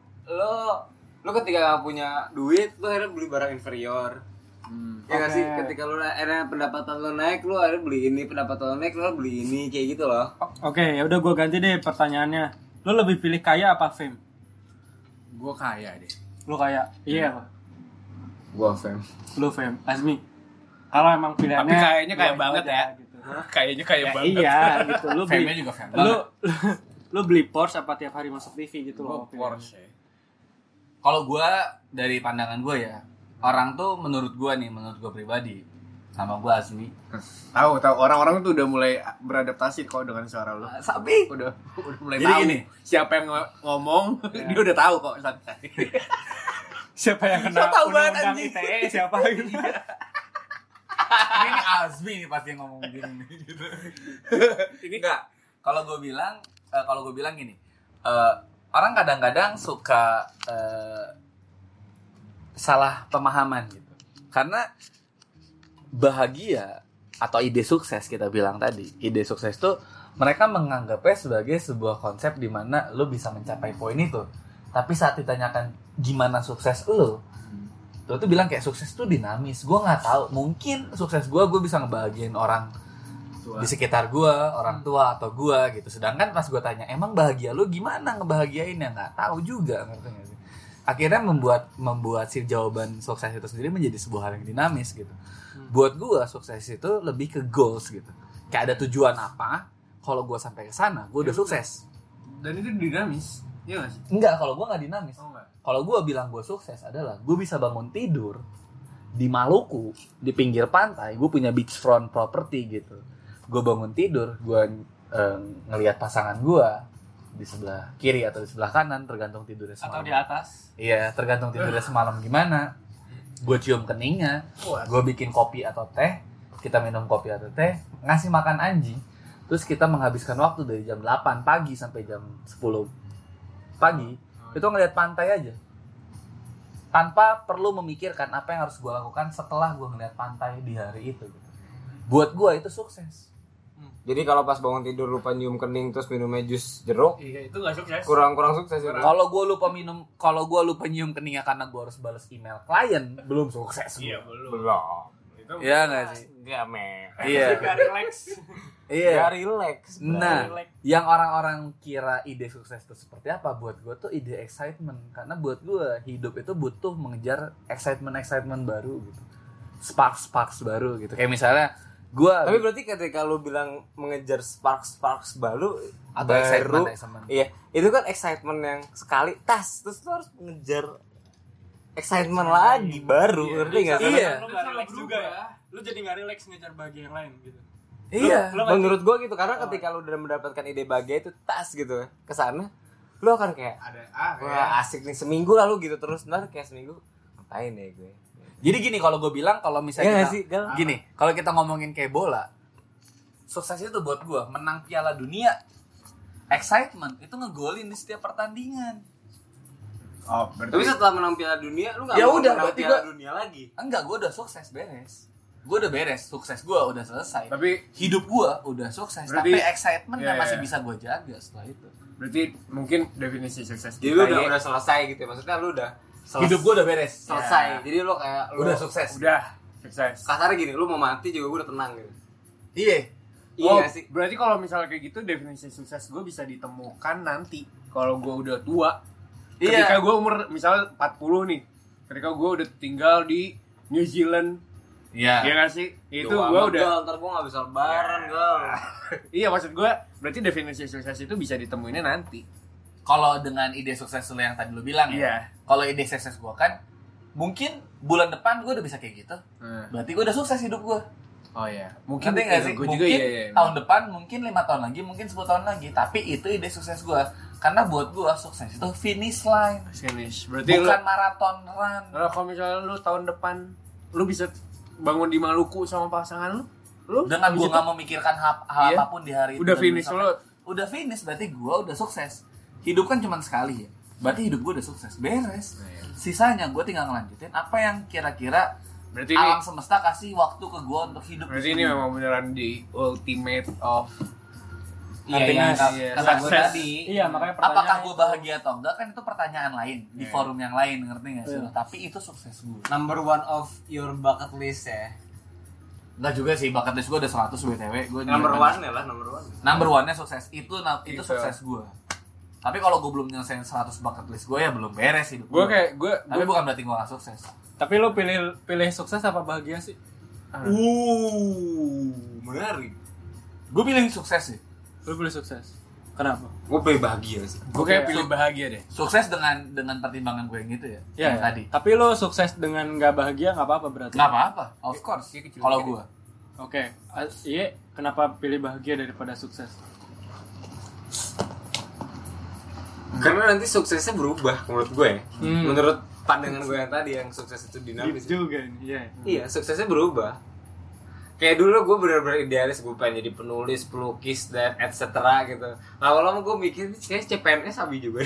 Lo ketika gak punya duit, lo akhirnya beli barang inferior. Ya nggak sih, ketika lo akhirnya pendapatan lo naik, lo akhirnya beli ini, pendapatan lo naik, lo beli ini, kayak gitu loh. Oke, ya udah gue ganti deh pertanyaannya. Lo lebih pilih kaya apa fame? Gue kaya deh. Lo kaya? Iya apa? Gua fame. Lo fame. Azmi. Kalau emang pilihannya Tapi kayaknya kaya itu banget aja, ya. Gitu. Kayaknya kaya Ya, banget. iya gitu. Lo Fame-nya beli juga fame lo beli Porsche apa tiap hari masuk TV gitu Gue loh. Porsche. Kalau gue dari pandangan gue ya, orang tuh menurut gue pribadi, Nama gue Azmi. Tahu orang-orang tuh udah mulai beradaptasi kok dengan suara lu. Sabi. Udah mulai Jadi tahu gini. siapa yang ngomong, dia udah tahu kok santai. Siapa yang kena tahu banget, undang-undang anjing. ITE siapa gitu. Ini Azmi nih pasti yang ngomong gini gitu. Ini enggak. Kalau gue bilang gini, orang kadang-kadang suka salah pemahaman gitu. Karena bahagia atau ide sukses kita bilang tadi, ide sukses tuh mereka menganggapnya sebagai sebuah konsep di mana lo bisa mencapai poin itu. Tapi saat ditanyakan gimana sukses lo tuh bilang kayak sukses tuh dinamis. Gue nggak tahu, mungkin sukses gue bisa ngebahagiain orang di sekitar gue, orang tua atau gue gitu. Sedangkan pas gue tanya emang bahagia lo gimana ngebahagiainnya, nggak tahu juga, ngerti nggak sih? Akhirnya membuat si jawaban sukses itu sendiri menjadi sebuah hal yang dinamis gitu. Buat gue sukses itu lebih ke goals gitu. Kayak ada tujuan apa? Kalau gue sampai ke sana, gue udah sukses. Dan itu dinamis, iya nggak sih? Enggak, kalau gue nggak dinamis. Oh, enggak. Kalau gue bilang gue sukses adalah gue bisa bangun tidur di Maluku di pinggir pantai, gue punya beachfront property gitu. Gue bangun tidur, gue ngelihat pasangan gue di sebelah kiri atau di sebelah kanan, tergantung tidurnya semalam. Atau di atas. Iya, tergantung tidurnya semalam gimana. Gue cium keningnya, gue bikin kopi atau teh, kita minum kopi atau teh, ngasih makan anjing. Terus kita menghabiskan waktu dari jam 8 pagi sampai jam 10 pagi, itu ngeliat pantai aja. Tanpa perlu memikirkan apa yang harus gue lakukan setelah gue ngeliat pantai di hari itu. Buat gue itu sukses. Jadi kalau pas bangun tidur lupa nyium kening terus minumnya jus jeruk, Iya, itu enggak sukses. kurang sukses ya. Kalau gue lupa nyium keningnya karena gue harus balas email klien, belum sukses. Iya, belum. Belum. Itu Iya nggak sih? Enggak, meh. Iya. Gak relax. Iya. Enggak relax. Nah, yang orang-orang kira ide sukses itu seperti apa, buat gue tuh ide excitement. Karena buat gue hidup itu butuh mengejar excitement baru gitu, sparks baru gitu. Kayak misalnya gue. Tapi berarti ketika lu bilang mengejar sparks baru Atau excitement. Iya, itu kan excitement yang sekali terus lu harus mengejar excitement lagi baru, ngerti enggak sih? Iya. Lu gak relax juga ya. Lu jadi gak relax ngejar bahagia yang lain gitu. Iya. Lu Menurut gua gitu, karena ketika lu udah mendapatkan ide bahagia itu gitu ke sana, lu akan kayak wah asik nih seminggu lalu gitu terus, ntar kayak seminggu ngapain ya gue. Jadi gini, kalau gue bilang, kalau misalnya Iya nggak sih, Gal? gini, kalau kita ngomongin kayak bola, sukses itu buat gue menang Piala Dunia, excitement itu ngegolin di setiap pertandingan. Oh, Tapi berarti setelah menang Piala Dunia, lu nggak Ya mau udah, menang berarti Piala gua- Dunia lagi. Enggak, gue udah sukses, beres, sukses gue udah selesai. tapi Hidup gue udah sukses, Berarti- tapi excitementnya Iya, masih iya. bisa gue jaga setelah itu. berarti mungkin definisi sukses Jadi kita lu ya, udah selesai gitu ya. Maksudnya lu udah Hidup gue udah beres, selesai. Jadi lu kayak lu udah sukses. udah sukses. kasarnya gini, lu mau mati juga gue udah tenang gitu. Iya. Iya Oh, nggak sih? berarti kalau misalnya kayak gitu definisi sukses gue bisa ditemukan nanti kalau gue udah tua. Ketika Iya. gue umur misalnya 40 nih, ketika gue udah tinggal di New Zealand, Iya. ya nggak sih? Itu Yo, gue amat, udah. Gal, ntar gue gak bisa lebaran gal. Iya, maksud gue berarti definisi sukses itu bisa ditemuinnya nanti. Kalau dengan ide sukses lu yang tadi lu bilang Iya. ya. Kalau ide sukses gue kan, mungkin bulan depan gue udah bisa kayak gitu. Berarti gue udah sukses hidup gue. Oh iya. Mungkin Ngerti nggak sih? gue Mungkin juga iya. tahun depan, mungkin 5 tahun lagi, mungkin 10 tahun lagi. Tapi itu ide sukses gue. Karena buat gue sukses itu finish line, Finish. Berarti bukan marathon run. kalau misalnya lu tahun depan lu bisa bangun di Maluku sama pasangan lu Dengan gue bisa nggak memikirkan hal Iya. apapun di hari itu. udah dan finish sampai- lu. Udah finish, berarti gue udah sukses. Hidup kan cuma sekali ya. Berarti hidup gue udah sukses, beres. Sisanya gue tinggal ngelanjutin apa yang kira-kira Berarti ini alam semesta kasih waktu ke gue untuk hidup. berarti di ini sini. memang beneran di ultimate of Iya, yang Iya, kata gue sukses. tadi. Iya, makanya pertanyaan Apakah gue itu. bahagia atau enggak kan itu pertanyaan lain di Iya. forum yang lain, ngerti nggak sih? Iya. Tapi itu sukses gue. Number one of your bucket list ya. Enggak juga sih, bakat list gue udah 100 BTW. Gue Number one ya lah, number one. Number one-nya sukses. Itu Gitu. sukses gue. Tapi kalau gue belum nyelesain 100 bucket list gue ya belum beres hidup gue kayak Tapi bukan berarti gue gak sukses. Tapi lu pilih sukses apa bahagia sih? Menarik. Gue pilih sukses sih. Lu pilih sukses. Kenapa? Gue pilih bahagia sih. Gue kayak pilih bahagia deh. Sukses dengan pertimbangan gue yang gitu ya. Ya, yang tadi. Tapi lo sukses dengan nggak bahagia nggak apa-apa berarti. Nggak apa-apa, of course. Kalau gue. Oke, iya. Kenapa pilih bahagia daripada sukses? Karena nanti suksesnya berubah menurut gue. Menurut pandangan gue yang tadi yang sukses itu dinamis. Juga nih, iya. Iya, suksesnya berubah. Kayak dulu gue bener-bener idealis, gue pengen jadi penulis, pelukis, dan etc. gitu. Lama-lama gue mikir, kayak CPNS sabi juga.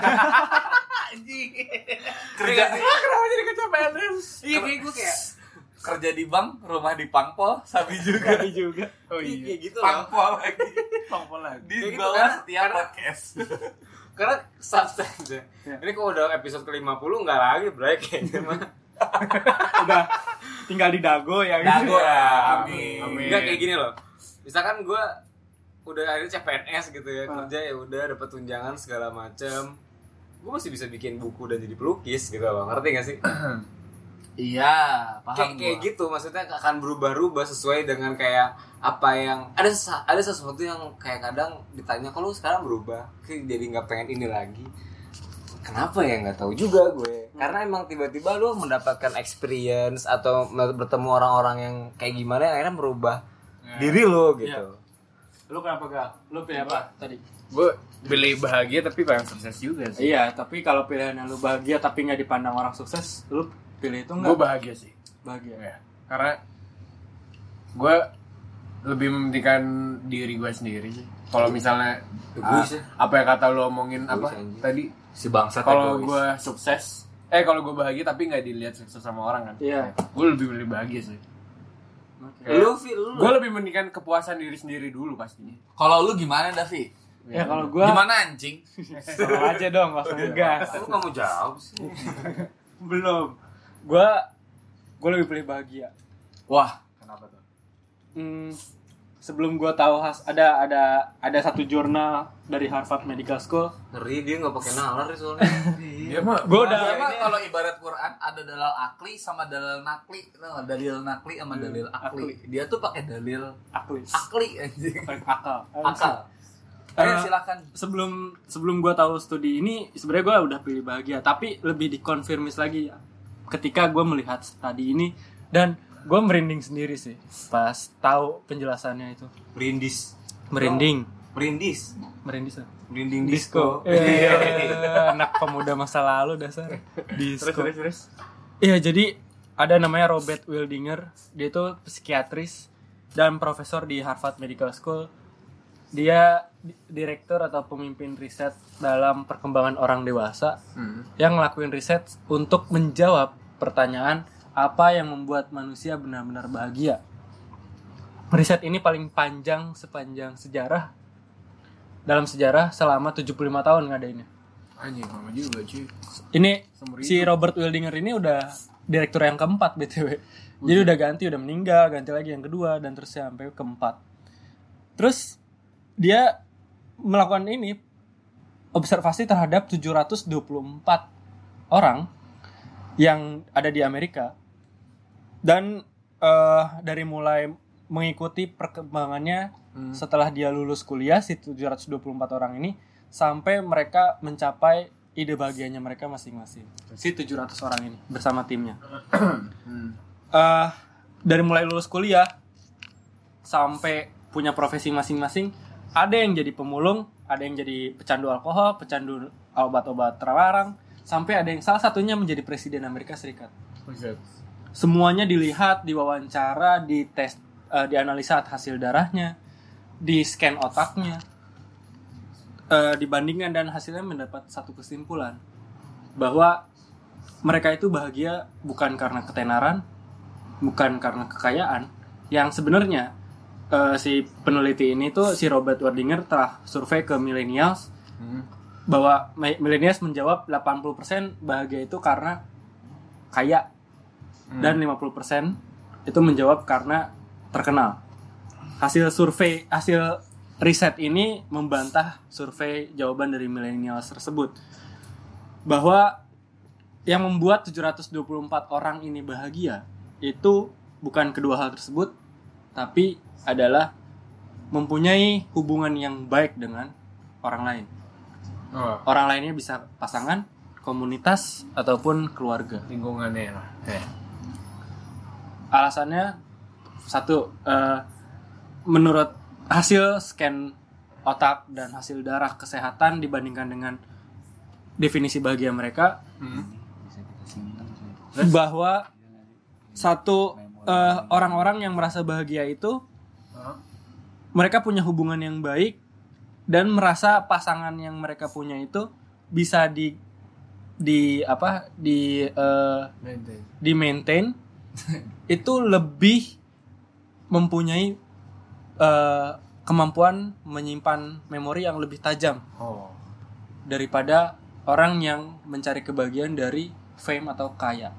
Kerja Kenapa jadi ke CPNS? Iya kayak gue kayak kerja di bank, rumah di Pangpol, sabi juga. Oh Iya gitu loh. Pangpol lagi. Pangpol lagi. Di Kayak gitu bawah kan? setiap podcast. Karena substance ya. Ini kalau udah episode ke-50 nggak lagi break kayaknya mah. Udah tinggal di dago ya gitu. Dago ya, amin. Enggak kayak gini loh. Misalkan gue udah akhirnya CPNS gitu ya, kerja ya udah dapat tunjangan segala macem. Gue masih bisa bikin buku dan jadi pelukis gitu loh. Ngerti gak sih? Iya, paham Kayak gua. gitu, maksudnya akan berubah-ubah sesuai dengan kayak apa yang ada sesuatu yang kayak kadang ditanya kalau sekarang berubah, kayak jadi nggak pengen ini lagi. Kenapa ya nggak tahu juga gue. Karena emang tiba-tiba lu mendapatkan experience atau bertemu orang-orang yang kayak gimana yang akhirnya merubah diri lo gitu. Lu kenapa gak? Lu pilih apa tadi? Gue pilih bahagia tapi pengen sukses juga sih. Iya, tapi kalau pilihannya lu bahagia tapi nggak dipandang orang sukses, lu pilih itu nggak? Gue bahagia sih. Bahagia. Ya. Karena gue lebih mementingkan diri gue sendiri sih. Kalau misalnya Egois ya. apa yang kata lo omongin apa anjing. tadi? Si bangsa Kalau gue sukses, kalau gue bahagia tapi nggak dilihat sukses sama orang kan? Iya. Gue lebih milih bahagia sih. Oke. Lu Gue lebih mementingkan kepuasan diri sendiri dulu pastinya. Kalau lu gimana, Davi? Ya kalau gua Gimana anjing? sama aja dong, langsung ngegas. Lu nggak mau jawab sih. Belum. Gua lebih pilih bahagia. Wah, kenapa tuh? Sebelum gua tahu ada satu jurnal dari Harvard Medical School. Ngeri dia nggak pakai nalar soalnya. Dia mah Gua udah Emang kalau ibarat Quran ada dalil akli sama dalil nakli, tau nggak? Dalil nakli sama dalil akli. Dia tuh pakai dalil aklis. akli anjing. Akal. Akal. Ayo Eh, silakan. Sebelum gua tahu studi ini, sebenarnya gua udah pilih bahagia, tapi lebih dikonfirmis lagi ketika gua melihat studi ini dan gua merinding sendiri sih pas tahu penjelasannya itu. Merinding. Merindis. Merinding disco. Iya, anak pemuda masa lalu dasar. Disco. terus. Iya, jadi ada namanya Robert Wildinger, dia itu psikiatris dan profesor di Harvard Medical School. Dia direktur atau pemimpin riset dalam perkembangan orang dewasa yang ngelakuin riset untuk menjawab pertanyaan apa yang membuat manusia benar-benar bahagia. Riset ini paling panjang sepanjang sejarah. Dalam sejarah selama 75 tahun ngadainnya. Anjing, lama juga cuy. Ini Seumur si Robert Wildinger ini udah direktur yang keempat BTW. Jadi udah udah meninggal, ganti lagi yang kedua dan terus sampai keempat. Terus dia melakukan ini observasi terhadap 724 orang yang ada di Amerika dan dari mulai mengikuti perkembangannya setelah dia lulus kuliah si 724 orang ini sampai mereka mencapai ide bahagianya mereka masing-masing. Si 700 orang ini bersama timnya. Dari mulai lulus kuliah sampai punya profesi masing-masing, ada yang jadi pemulung, ada yang jadi pecandu alkohol, pecandu obat-obat terlarang, sampai ada yang salah satunya menjadi presiden Amerika Serikat. Semuanya dilihat, diwawancara, dites, dianalisa hasil darahnya, di scan otaknya, dibandingkan dan hasilnya mendapat satu kesimpulan bahwa mereka itu bahagia bukan karena ketenaran, bukan karena kekayaan. Yang sebenarnya si peneliti ini tuh si Robert Wildinger telah survei ke millennials bahwa millennials menjawab 80% bahagia itu karena kaya dan 50% itu menjawab karena terkenal. Hasil riset ini membantah survei jawaban dari millennials tersebut bahwa yang membuat 724 orang ini bahagia itu bukan kedua hal tersebut, tapi adalah mempunyai hubungan yang baik dengan orang lain. Oh, Orang lainnya bisa pasangan, komunitas, ataupun keluarga. lingkungannya lah. Alasannya satu, menurut hasil scan otak dan hasil darah kesehatan dibandingkan dengan definisi bahagia mereka, bahwa satu, orang-orang yang merasa bahagia itu mereka punya hubungan yang baik dan merasa pasangan yang mereka punya itu bisa di maintain itu lebih mempunyai kemampuan menyimpan memori yang lebih tajam daripada orang yang mencari kebahagiaan dari fame atau kaya.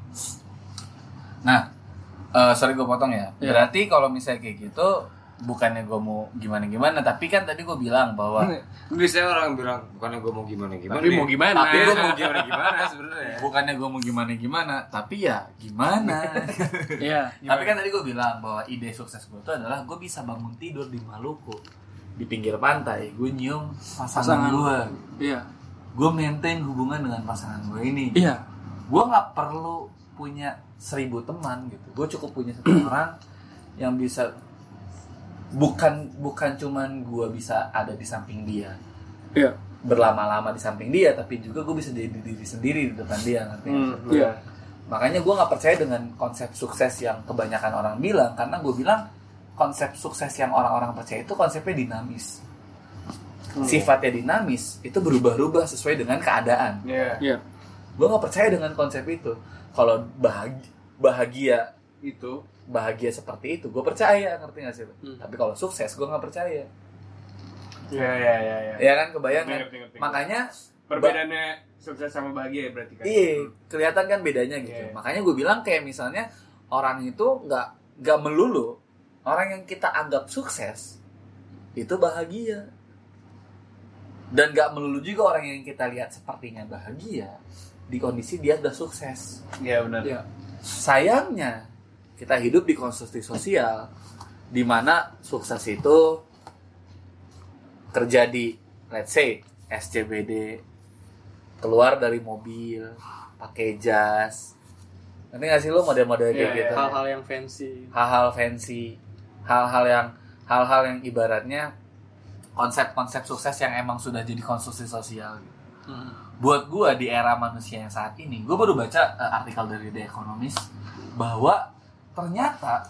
Nah, sorry gue potong ya. Berarti kalau misalnya kayak gitu, bukannya gue mau gimana-gimana, tapi kan tadi gue bilang bahwa Biasanya orang bilang bukannya gue mau gimana-gimana. Tapi mau gimana? Tapi gue mau gimana-gimana sebenarnya. bukannya gue mau gimana-gimana, tapi ya gimana. Iya. Tapi kan tadi gue bilang bahwa ide sukses gue itu adalah gue bisa bangun tidur di Maluku, di pinggir pantai, gue nyium pasangan gue, Iya. gue maintain hubungan dengan pasangan gue ini. Iya. Gue nggak perlu punya 1000 teman gitu, gue cukup punya satu orang yang bisa, bukan cuman gue bisa ada di samping dia, Iya. berlama-lama di samping dia, tapi juga gue bisa jadi diri sendiri di depan dia, ngerti nggak? Iya. Makanya gue nggak percaya dengan konsep sukses yang kebanyakan orang bilang, karena gue bilang konsep sukses yang orang-orang percaya itu konsepnya dinamis. Sifatnya dinamis, itu berubah-ubah sesuai dengan keadaan. Iya. Gue nggak percaya dengan konsep itu. Kalau bahagia itu, bahagia seperti itu, gue percaya, ngerti nggak sih? Tapi kalau sukses, gue nggak percaya. Iya. Ya kan, kebayang kan? Ngerti. Makanya Perbedaannya sukses sama bahagia ya berarti kan? iya, kelihatan kan bedanya gitu. Iya. Makanya gue bilang kayak misalnya orang itu nggak melulu orang yang kita anggap sukses itu bahagia, dan nggak melulu juga orang yang kita lihat sepertinya bahagia di kondisi dia udah sukses. Iya benar. Iya. Sayangnya kita hidup di konstruksi sosial di mana sukses itu terjadi, let's say SCBD, keluar dari mobil, pakai jas. Nanti nggak sih lo model-model kayak gitu? Hal-hal yang fancy. Hal-hal fancy, hal-hal yang ibaratnya konsep-konsep sukses yang emang sudah jadi konstruksi sosial. Gitu. Buat gue di era manusia yang saat ini, gue baru baca artikel dari The Economist bahwa ternyata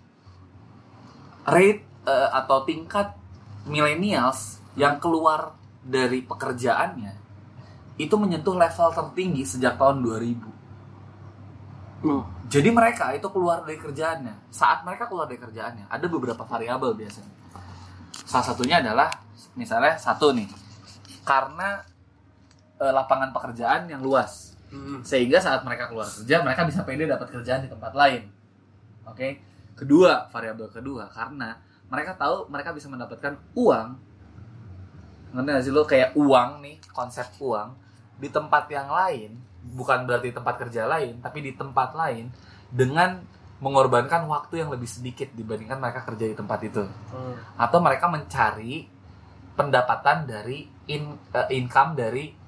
rate atau tingkat millennials yang keluar dari pekerjaannya itu menyentuh level tertinggi sejak tahun 2000. Jadi mereka itu keluar dari kerjaannya. Saat mereka keluar dari kerjaannya, ada beberapa variabel biasanya. Salah satunya adalah misalnya satu nih, karena lapangan pekerjaan yang luas, sehingga saat mereka keluar kerja mereka bisa pede dapat kerjaan di tempat lain. Oke. Kedua, variabel kedua, karena mereka tahu mereka bisa mendapatkan uang. Ngerti gak sih lo, kayak uang nih, konsep uang di tempat yang lain, bukan berarti tempat kerja lain, tapi di tempat lain dengan mengorbankan waktu yang lebih sedikit dibandingkan mereka kerja di tempat itu. Atau mereka mencari pendapatan dari income dari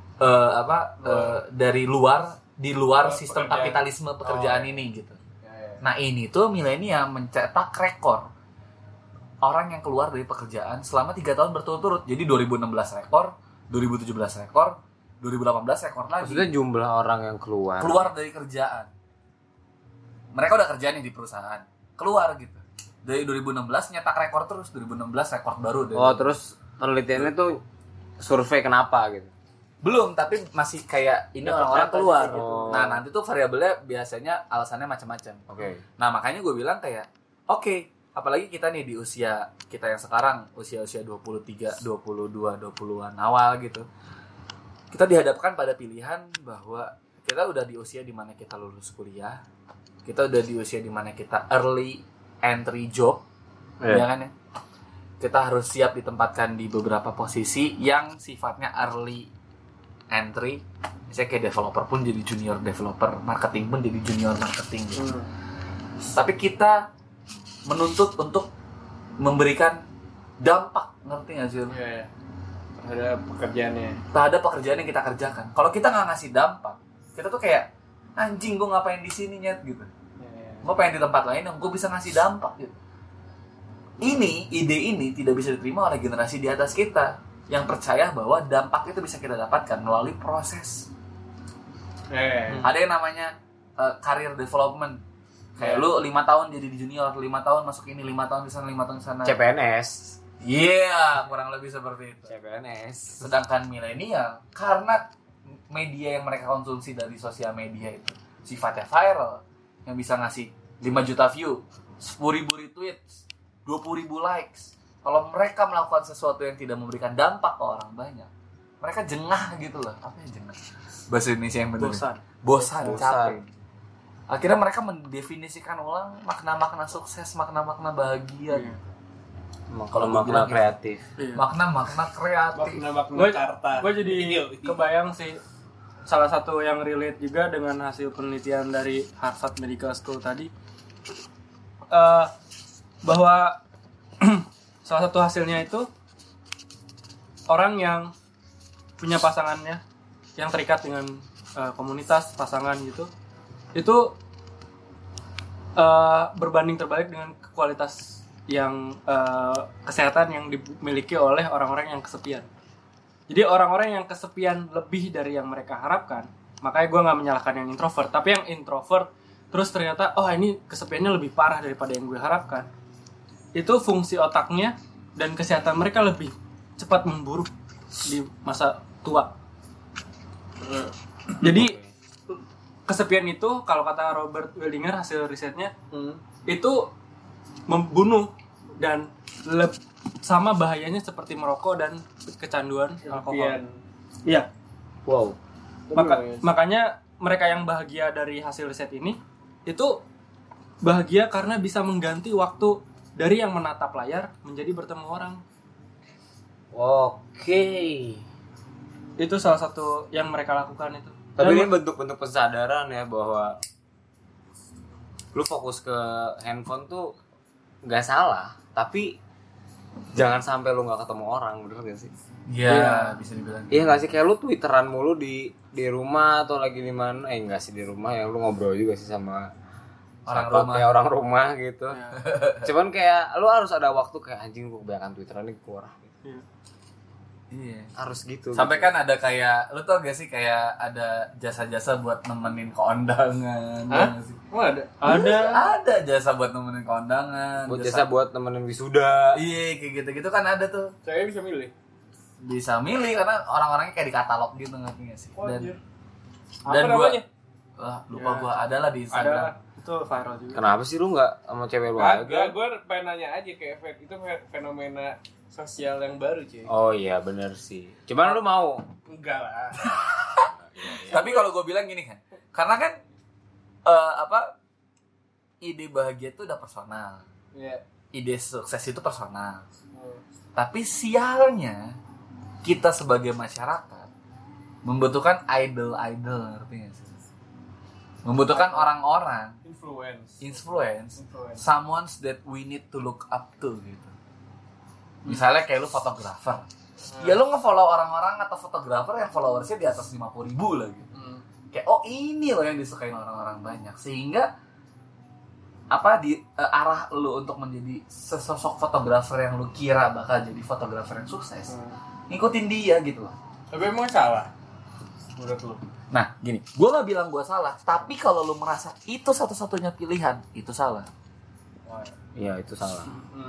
dari luar, di luar sistem kapitalisme pekerjaan ini gitu. Nah ini tuh milenial mencetak rekor orang yang keluar dari pekerjaan selama 3 tahun berturut-turut. Jadi 2016 rekor, 2017 rekor, 2018 rekor lagi. Maksudnya jumlah orang yang keluar dari kerjaan. Mereka udah kerja nih di perusahaan, keluar gitu. Dari 2016 nyetak rekor terus, 2016 rekor baru. Terus penelitiannya tuh survei kenapa gitu? Belum, tapi masih kayak ini orang-orang keluar. Oh. Nah nanti tuh variabelnya biasanya alasannya macam-macam. Oke. Nah makanya gue bilang kayak oke, apalagi kita nih di usia kita yang sekarang, usia-usia 23, 22, 20-an awal gitu. Kita dihadapkan pada pilihan bahwa kita udah di usia dimana kita lulus kuliah, kita udah di usia dimana kita early entry job, ya kan ya. Kita harus siap ditempatkan di beberapa posisi yang sifatnya early entry. Misalnya kayak developer pun jadi junior developer, marketing pun jadi junior marketing gitu. Tapi kita menuntut untuk memberikan dampak, ngerti nggak sih? Ada pekerjaannya. Tak ada pekerjaan yang kita kerjakan. Kalau kita nggak ngasih dampak, kita tuh kayak anjing gue ngapain di sini nyet gitu. Gue pengen di tempat lain yang gue bisa ngasih dampak gitu. Ide ini tidak bisa diterima oleh generasi di atas kita yang percaya bahwa dampak itu bisa kita dapatkan melalui proses. Ada yang namanya career development. Kayak lu 5 tahun jadi di junior, 5 tahun masuk ini, 5 tahun di sana, 5 tahun di sana. CPNS. Iya, kurang lebih seperti itu. CPNS. Sedangkan milenial, karena media yang mereka konsumsi dari sosial media itu sifatnya viral, yang bisa ngasih 5 juta view, 10.000 retweets, 20.000 likes. Kalau mereka melakukan sesuatu yang tidak memberikan dampak ke orang banyak, mereka jengah gitu loh. Apa yang jengah? Bahasa Indonesia yang benar. Bosan, capek. Akhirnya mereka mendefinisikan ulang makna-makna sukses, makna-makna bahagia. Kalau makna kreatif. Makna-makna kreatif. Gue jadi kebayang sih salah satu yang relate juga dengan hasil penelitian dari Harvard Medical School tadi, bahwa salah satu hasilnya itu orang yang punya pasangannya yang terikat dengan komunitas pasangan gitu, itu berbanding terbalik dengan kualitas yang kesehatan yang dimiliki oleh orang-orang yang kesepian. Jadi orang-orang yang kesepian lebih dari yang mereka harapkan, makanya gue nggak menyalahkan yang introvert, tapi yang introvert terus ternyata ini kesepiannya lebih parah daripada yang gue harapkan, itu fungsi otaknya dan kesehatan mereka lebih cepat memburuk di masa tua. Jadi kesepian itu, kalau kata Robert Waldinger hasil risetnya, itu membunuh dan sama bahayanya seperti merokok dan kecanduan alkohol. Iya. Wow. Makanya mereka yang bahagia dari hasil riset ini itu bahagia karena bisa mengganti waktu dari yang menatap layar menjadi bertemu orang. Oke. Itu salah satu yang mereka lakukan itu. Tapi ini bentuk-bentuk kesadaran ya bahwa lu fokus ke handphone tuh nggak salah, tapi jangan sampai lu nggak ketemu orang, bener gak sih? Iya, bisa dibilang. Iya nggak sih, kayak lu twitteran mulu di rumah atau lagi di mana? Nggak sih di rumah ya, lu ngobrol juga sih sama kayak orang rumah gitu. Ya. Cuman kayak lu harus ada waktu kayak anjing gua kebanyakan twitteran nih keluar. Gitu. Iya. Harus gitu. Sampai kan ada kayak, lu tau gak sih kayak ada jasa-jasa buat nemenin kondangan. Hah? Oh ada? Ada jasa buat nemenin kondangan. Buat jasa buat nemenin wisuda. Iya, kayak gitu-gitu kan ada tuh. Saya bisa milih. Bisa milih karena orang-orangnya kayak di katalog gitu, ngerti gak sih? Dan gua lupa gua adalah di Instagram. Ada, itu viral juga. Kenapa sih lu nggak sama cewek lu aja? Gue pengen nanya aja kayak itu fenomena sosial yang baru cuy. Oh iya bener sih. Cuman lu mau? Enggak lah. Tapi kalau gue bilang gini kan, karena kan ide bahagia itu udah personal. Iya. Ide sukses itu personal. Tapi sialnya kita sebagai masyarakat membutuhkan idol-idol, ngerti gak sih? Membutuhkan orang-orang influence someone that we need to look up to gitu. Misalnya kayak lu fotografer, ya lu nge-follow orang-orang atau fotografer yang followersnya di atas 50.000 lah gitu. Kayak ini loh yang disukain orang-orang banyak, sehingga arah lu untuk menjadi sesosok fotografer yang lu kira bakal jadi fotografer yang sukses, ngikutin dia gitu loh. Tapi emang salah menurut lu? Nah gini, gue gak bilang gue salah, tapi kalau lu merasa itu satu-satunya pilihan, itu salah. Iya itu salah.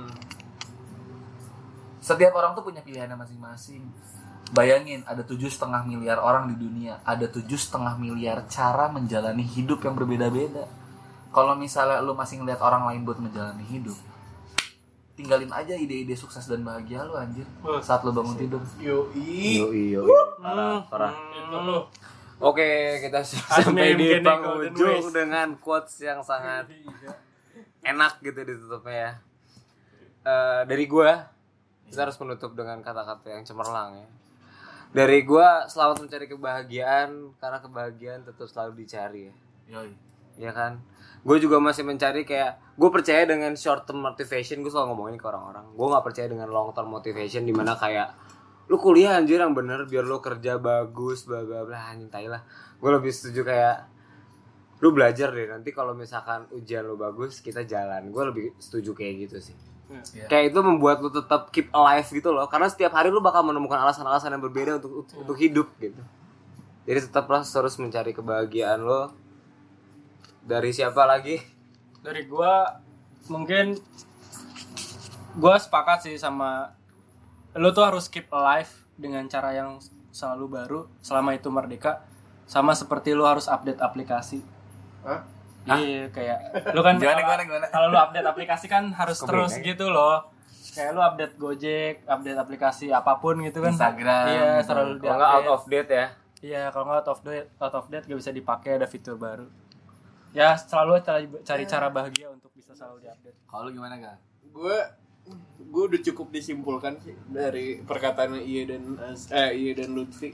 Setiap orang tuh punya pilihannya masing-masing. Bayangin, ada 7,5 miliar orang di dunia, ada 7,5 miliar cara menjalani hidup yang berbeda-beda. Kalau misalnya lu masih ngeliat orang lain buat menjalani hidup, tinggalin aja ide-ide sukses dan bahagia lu anjir saat lu bangun tidur. Yoi. Parah. Oke, kita sampai di penghujung dengan quotes yang sangat enak gitu ditutupnya ya. Dari gua, kita harus menutup dengan kata-kata yang cemerlang ya. Dari gua, selamat mencari kebahagiaan, karena kebahagiaan tetap selalu dicari ya. Yoi. Ya kan? Gue juga masih mencari kayak, gue percaya dengan short term motivation, gue selalu ngomongin ke orang-orang. Gue gak percaya dengan long term motivation, dimana kayak lu kuliah anjir yang bener biar lu kerja bagus bla bla bla, anjing tai lah. Gue lebih setuju kayak lu belajar deh, nanti kalau misalkan ujian lu bagus kita jalan. Gue lebih setuju kayak gitu sih. Iya. Kayak itu membuat lu tetap keep alive gitu loh, karena setiap hari lu bakal menemukan alasan-alasan yang berbeda untuk hidup gitu. Jadi tetaplah terus mencari kebahagiaan lo. Dari siapa lagi? Dari gua mungkin gua sepakat sih sama lu tuh harus keep alive dengan cara yang selalu baru selama itu merdeka, sama seperti lu harus update aplikasi. Iya, kayak lu kan Gimana? kalau lu update aplikasi kan harus terus gitu loh. Kayak lu update Gojek, update aplikasi apapun gitu kan. Instagram. Iya, selalu Kalau nggak out of date ya. Iya, kalau nggak out of date gak bisa dipakai, ada fitur baru. Ya, selalu cari cara bahagia untuk bisa selalu diupdate. Kalau lu gimana, Kak? Gue udah cukup disimpulkan sih dari perkataan Iye dan Lutfi.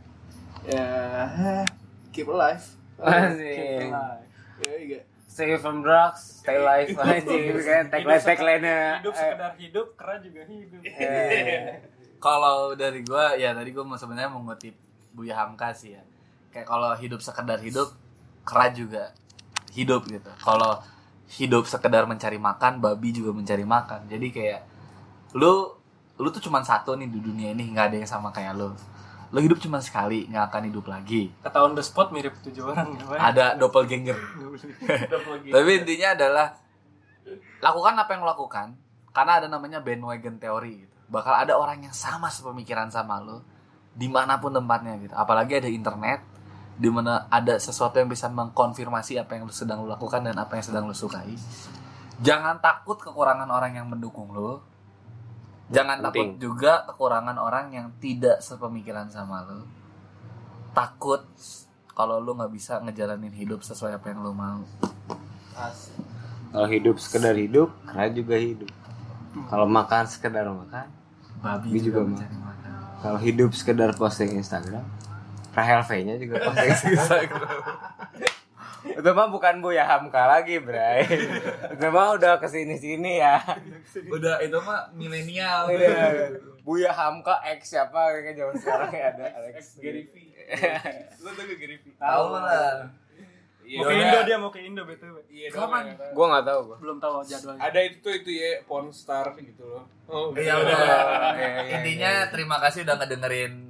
Ya, keep alive. Asik. Ya, iya. Stay from drugs, stay life anjing gitu kan. Tagline-nya. Hidup sekedar hidup, kera juga hidup. Kalau dari gue, ya tadi gue sebenarnya mau ngutip Buya Hamka sih ya. Kayak kalau hidup sekedar hidup, kera juga hidup gitu. Kalau hidup sekedar mencari makan, babi juga mencari makan. Jadi kayak lu tuh cuma satu nih di dunia ini, nggak ada yang sama kayak lu. Lu hidup cuma sekali, nggak akan hidup lagi. Kata on the spot mirip 7 orang ya, Pak. Ada doppelganger. Tapi intinya adalah lakukan apa yang lo lakukan, karena ada namanya bandwagon teori gitu. Bakal ada orang yang sama sepemikiran sama lo dimanapun tempatnya gitu. Apalagi ada internet, dimana ada sesuatu yang bisa mengkonfirmasi apa yang lo sedang lo lakukan dan apa yang sedang lo sukai. Jangan takut kekurangan orang yang mendukung lo. Jangan takut juga kekurangan orang yang tidak sepemikiran sama lo. Takut kalau lo nggak bisa ngejalanin hidup sesuai apa yang lo mau. Kalau hidup sekedar hidup, kera juga hidup. Kalau makan sekedar makan, Babi juga mencari makan. kalau hidup sekedar posting Instagram, Rahel V-nya juga posting Instagram. Itu mah bukan Buya Hamka lagi, Bray. Itu mah udah kesini-sini ya. Udah itu mah milenial. Buya Hamka X siapa kayak zaman sekarang ya ada Alex Gary V. Lu tuh ke Gary V. Tahu lah. Mau ke Indo, dia mau ke Indo BTW. Iya, Kapan? Gua enggak tahu gua. Belum tahu jadwalnya. Ada itu ya Pornstar gitu loh. Oh, Ya udah. iya. Intinya terima kasih udah ngedengerin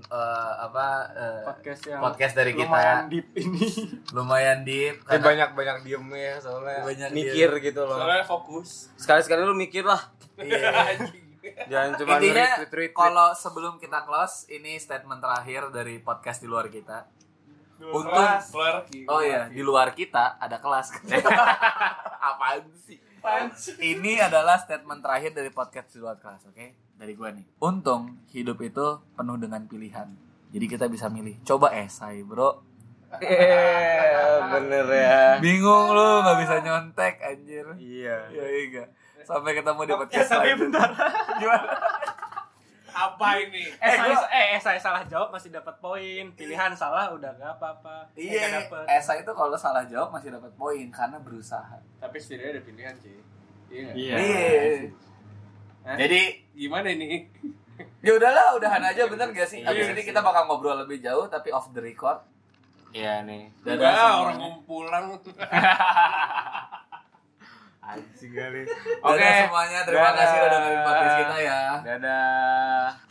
podcast dari lumayan kita. deep ini. Lumayan deep. Tapi banyak diemnya soalnya Banyak mikir gitu loh. soalnya fokus. Sekali-sekali lu mikir lah. Iya. Jangan cuma Intinya retweet. kalau sebelum kita close, ini statement terakhir dari podcast di luar kita. Keluar. Oh iya, di luar kita ada kelas. Apaan sih? Ini adalah statement terakhir dari podcast di luar kelas, oke? Dari gua nih. Untung hidup itu penuh dengan pilihan. Jadi kita bisa milih. Coba esai, bro. Bener ya. Bingung lu, nggak bisa nyontek, anjir. Iya. Ya iya. Sampai ketemu di podcast selanjutnya. Gimana? Apa ini? Saya salah jawab masih dapat poin. Pilihan salah udah gak apa-apa. Iya, Nggak dapet. esai itu kalau salah jawab masih dapat poin karena berusaha. Tapi setidaknya ada pilihan sih. Iya nggak? Iya. Hah? Jadi Gimana ini? ya udahlah, udahan aja, bener gak sih? Abis Iya ini sih. kita bakal ngobrol lebih jauh tapi off the record. Iya nih. Dadah Enggak, semuanya. orang mau pulang. Anjing kali. Oke semuanya, terima Dadah. kasih udah dengerin podcast kita ya. Dadah.